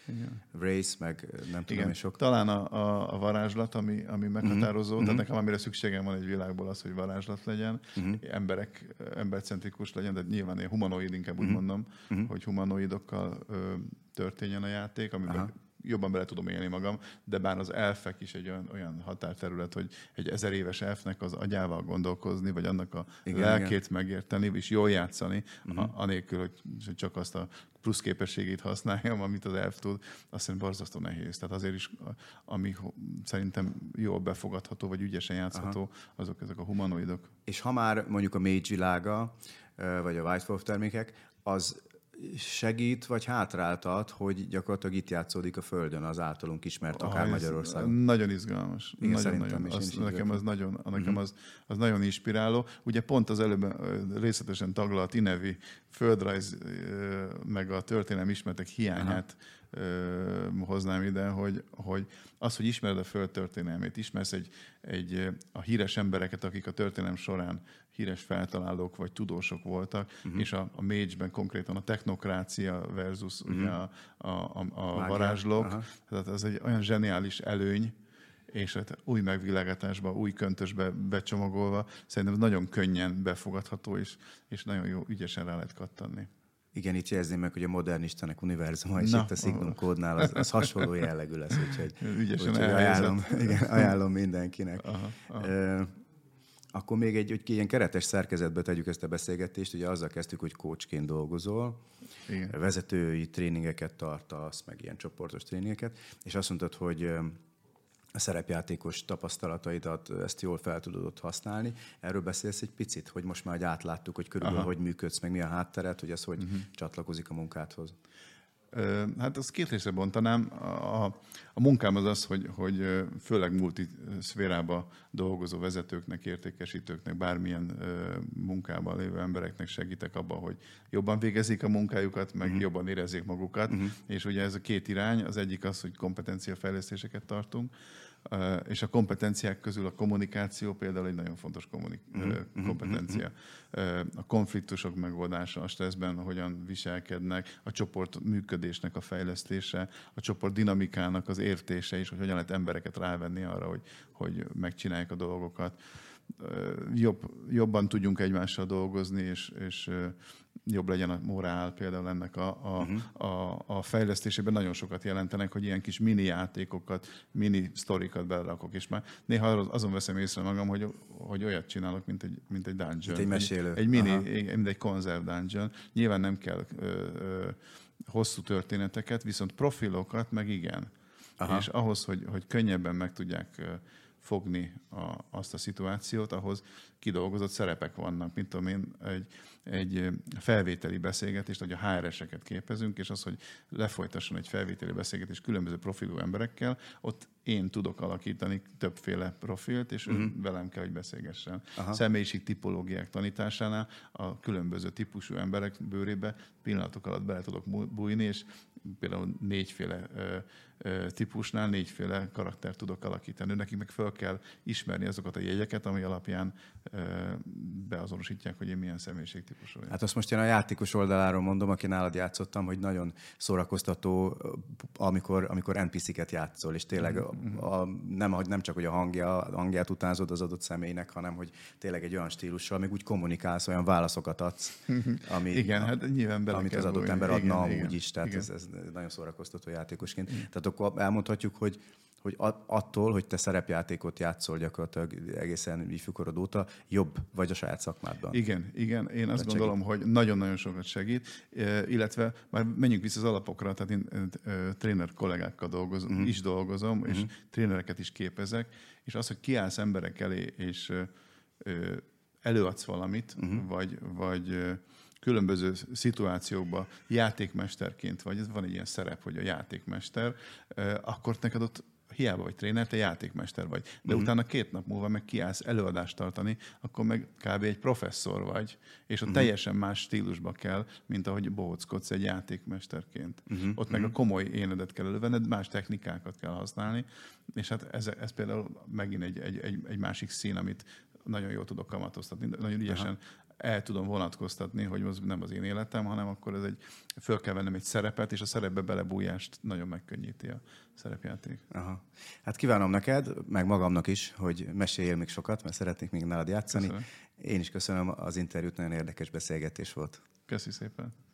Race, meg nem tudom, és sok. Talán a varázslat, ami meghatározó, tehát nekem amire szükségem van egy világból az, hogy varázslat legyen, embercentrikus legyen, de nyilván én humanoid, inkább úgy mondom, hogy humanoidokkal történjen a játék, amiben jobban bele tudom élni magam, de bár az elfek is egy olyan határterület, hogy egy 1000 éves elfnek az agyával gondolkozni, vagy annak a lelkét megérteni, és jól játszani, anélkül, hogy csak azt a plusz képességét használjam, amit az elf tud, azt szerintem borzasztó nehéz. Tehát azért is, ami szerintem jól befogadható, vagy ügyesen játszható, azok ezek a humanoidok. És ha már mondjuk a Mage világa, vagy a White Wolf termékek, az segít, vagy hátráltat, hogy gyakorlatilag itt játszódik a Földön az általunk ismert, akár Magyarországon? Nagyon izgalmas. Igen, Nekem az nagyon inspiráló. Ugye pont az előbb részletesen taglalt Inevi földrajz meg a történelmi ismeretek hiányát hoznám ide, hogy az, hogy ismered a Föld történelmét, ismersz a híres embereket, akik a történelem során híres feltalálók vagy tudósok voltak, és a Mage-ben konkrétan a technokrácia versus ugye a varázslók. Tehát ez egy olyan zseniális előny, és hát új megvilágításba, új köntösbe becsomagolva, szerintem nagyon könnyen befogadható, és nagyon jó, ügyesen rá lehet kattanni. Igen, itt jelezném meg, hogy a modern istenek univerzuma, és itt a Signum kódnál az hasonló jellegű lesz, úgyhogy ajánlom mindenkinek. Akkor még egy ilyen keretes szerkezetbe tegyük ezt a beszélgetést, ugye azzal kezdtük, hogy coachként dolgozol, igen. Vezetői tréningeket tartasz, meg ilyen csoportos tréningeket, és azt mondtad, hogy a szerepjátékos tapasztalataidat, ezt jól fel tudod használni. Erről beszélsz egy picit, hogy most már átláttuk, hogy körülbelül hogy működsz, meg mi a háttered, hogy ez hogy csatlakozik a munkádhoz. Hát azt két részre bontanám. A munkám az, hogy főleg multiszférába dolgozó vezetőknek, értékesítőknek, bármilyen munkában lévő embereknek segítek abban, hogy jobban végezik a munkájukat, meg jobban érezzék magukat. És ugye ez a két irány, az egyik az, hogy kompetenciafejlesztéseket tartunk, és a kompetenciák közül a kommunikáció például egy nagyon fontos kompetencia. A konfliktusok megoldása, a stresszben hogyan viselkednek, a csoport működésnek a fejlesztése, a csoport dinamikának az értése is, hogy hogyan lehet embereket rávenni arra, hogy megcsinálják a dolgokat. Jobban tudjunk egymással dolgozni, és jobb legyen a morál, például ennek a fejlesztésében nagyon sokat jelentenek, hogy ilyen kis mini játékokat, mini sztorikat belerakok, és már néha azon veszem észre magam, hogy olyat csinálok, mint egy dungeon. Mint egy mesélő. Mint egy konzerv dungeon. Nyilván nem kell hosszú történeteket, viszont profilokat meg igen. És ahhoz, hogy könnyebben meg tudják fogni azt a szituációt, ahhoz kidolgozott szerepek vannak. Mint tudom én, egy felvételi beszélgetést, hogy a HR-eseket képezünk, és az, hogy lefolytasson egy felvételi beszélgetés különböző profilú emberekkel, ott én tudok alakítani többféle profilt, és velem kell, hogy beszélgessen. Személyiség tipológiák tanításánál a különböző típusú emberek bőrébe pillanatok alatt bele tudok bújni, és például 4 típusnál 4 karaktert tudok alakítani. Nekik meg fel kell ismerni azokat a jegyeket, ami alapján beazonosítják, hogy én milyen személyiségtípusú vagyok. Hát azt most én a játékos oldaláról mondom, aki nálad játszottam, hogy nagyon szórakoztató, amikor NPC-ket játszol, és tényleg nem csak, hogy a hangját utánzod az adott személynek, hanem hogy tényleg egy olyan stílussal, még úgy kommunikálsz, olyan válaszokat adsz, hát nyilván amit az adott ember adna amúgy is. Tehát ez nagyon szórakoztató játékosként. Tehát akkor elmondhatjuk, hogy attól, hogy te szerepjátékot játszol gyakorlatilag egészen ifjúkorod óta, jobb vagy a saját szakmádban. Igen. Én azt gondolom, hogy nagyon-nagyon sokat segít, illetve már menjünk vissza az alapokra, tehát én tréner kollégákkal dolgozom, és trénereket is képezek, és az, hogy kiállsz emberek elé, és előadsz valamit, vagy különböző szituációkban játékmesterként, vagy van egy ilyen szerep, hogy a játékmester, akkor neked ott hiába vagy tréner, te játékmester vagy. De utána 2 nap múlva meg kiállsz előadást tartani, akkor meg kb. Egy professzor vagy, és ott teljesen más stílusba kell, mint ahogy bohóckodsz egy játékmesterként. Ott meg a komoly énedet kell elővenned, más technikákat kell használni, és hát ez például megint egy másik szín, amit nagyon jól tudok kamatoztatni. Nagyon ügyesen el tudom vonatkoztatni, hogy az nem az én életem, hanem akkor föl kell vennem egy szerepet, és a szerepbe belebújást nagyon megkönnyíti a szerepjáték. Aha. Hát kívánom neked, meg magamnak is, hogy meséljél még sokat, mert szeretnék még nálad játszani. Köszönöm. Én is köszönöm az interjút, nagyon érdekes beszélgetés volt. Köszi szépen.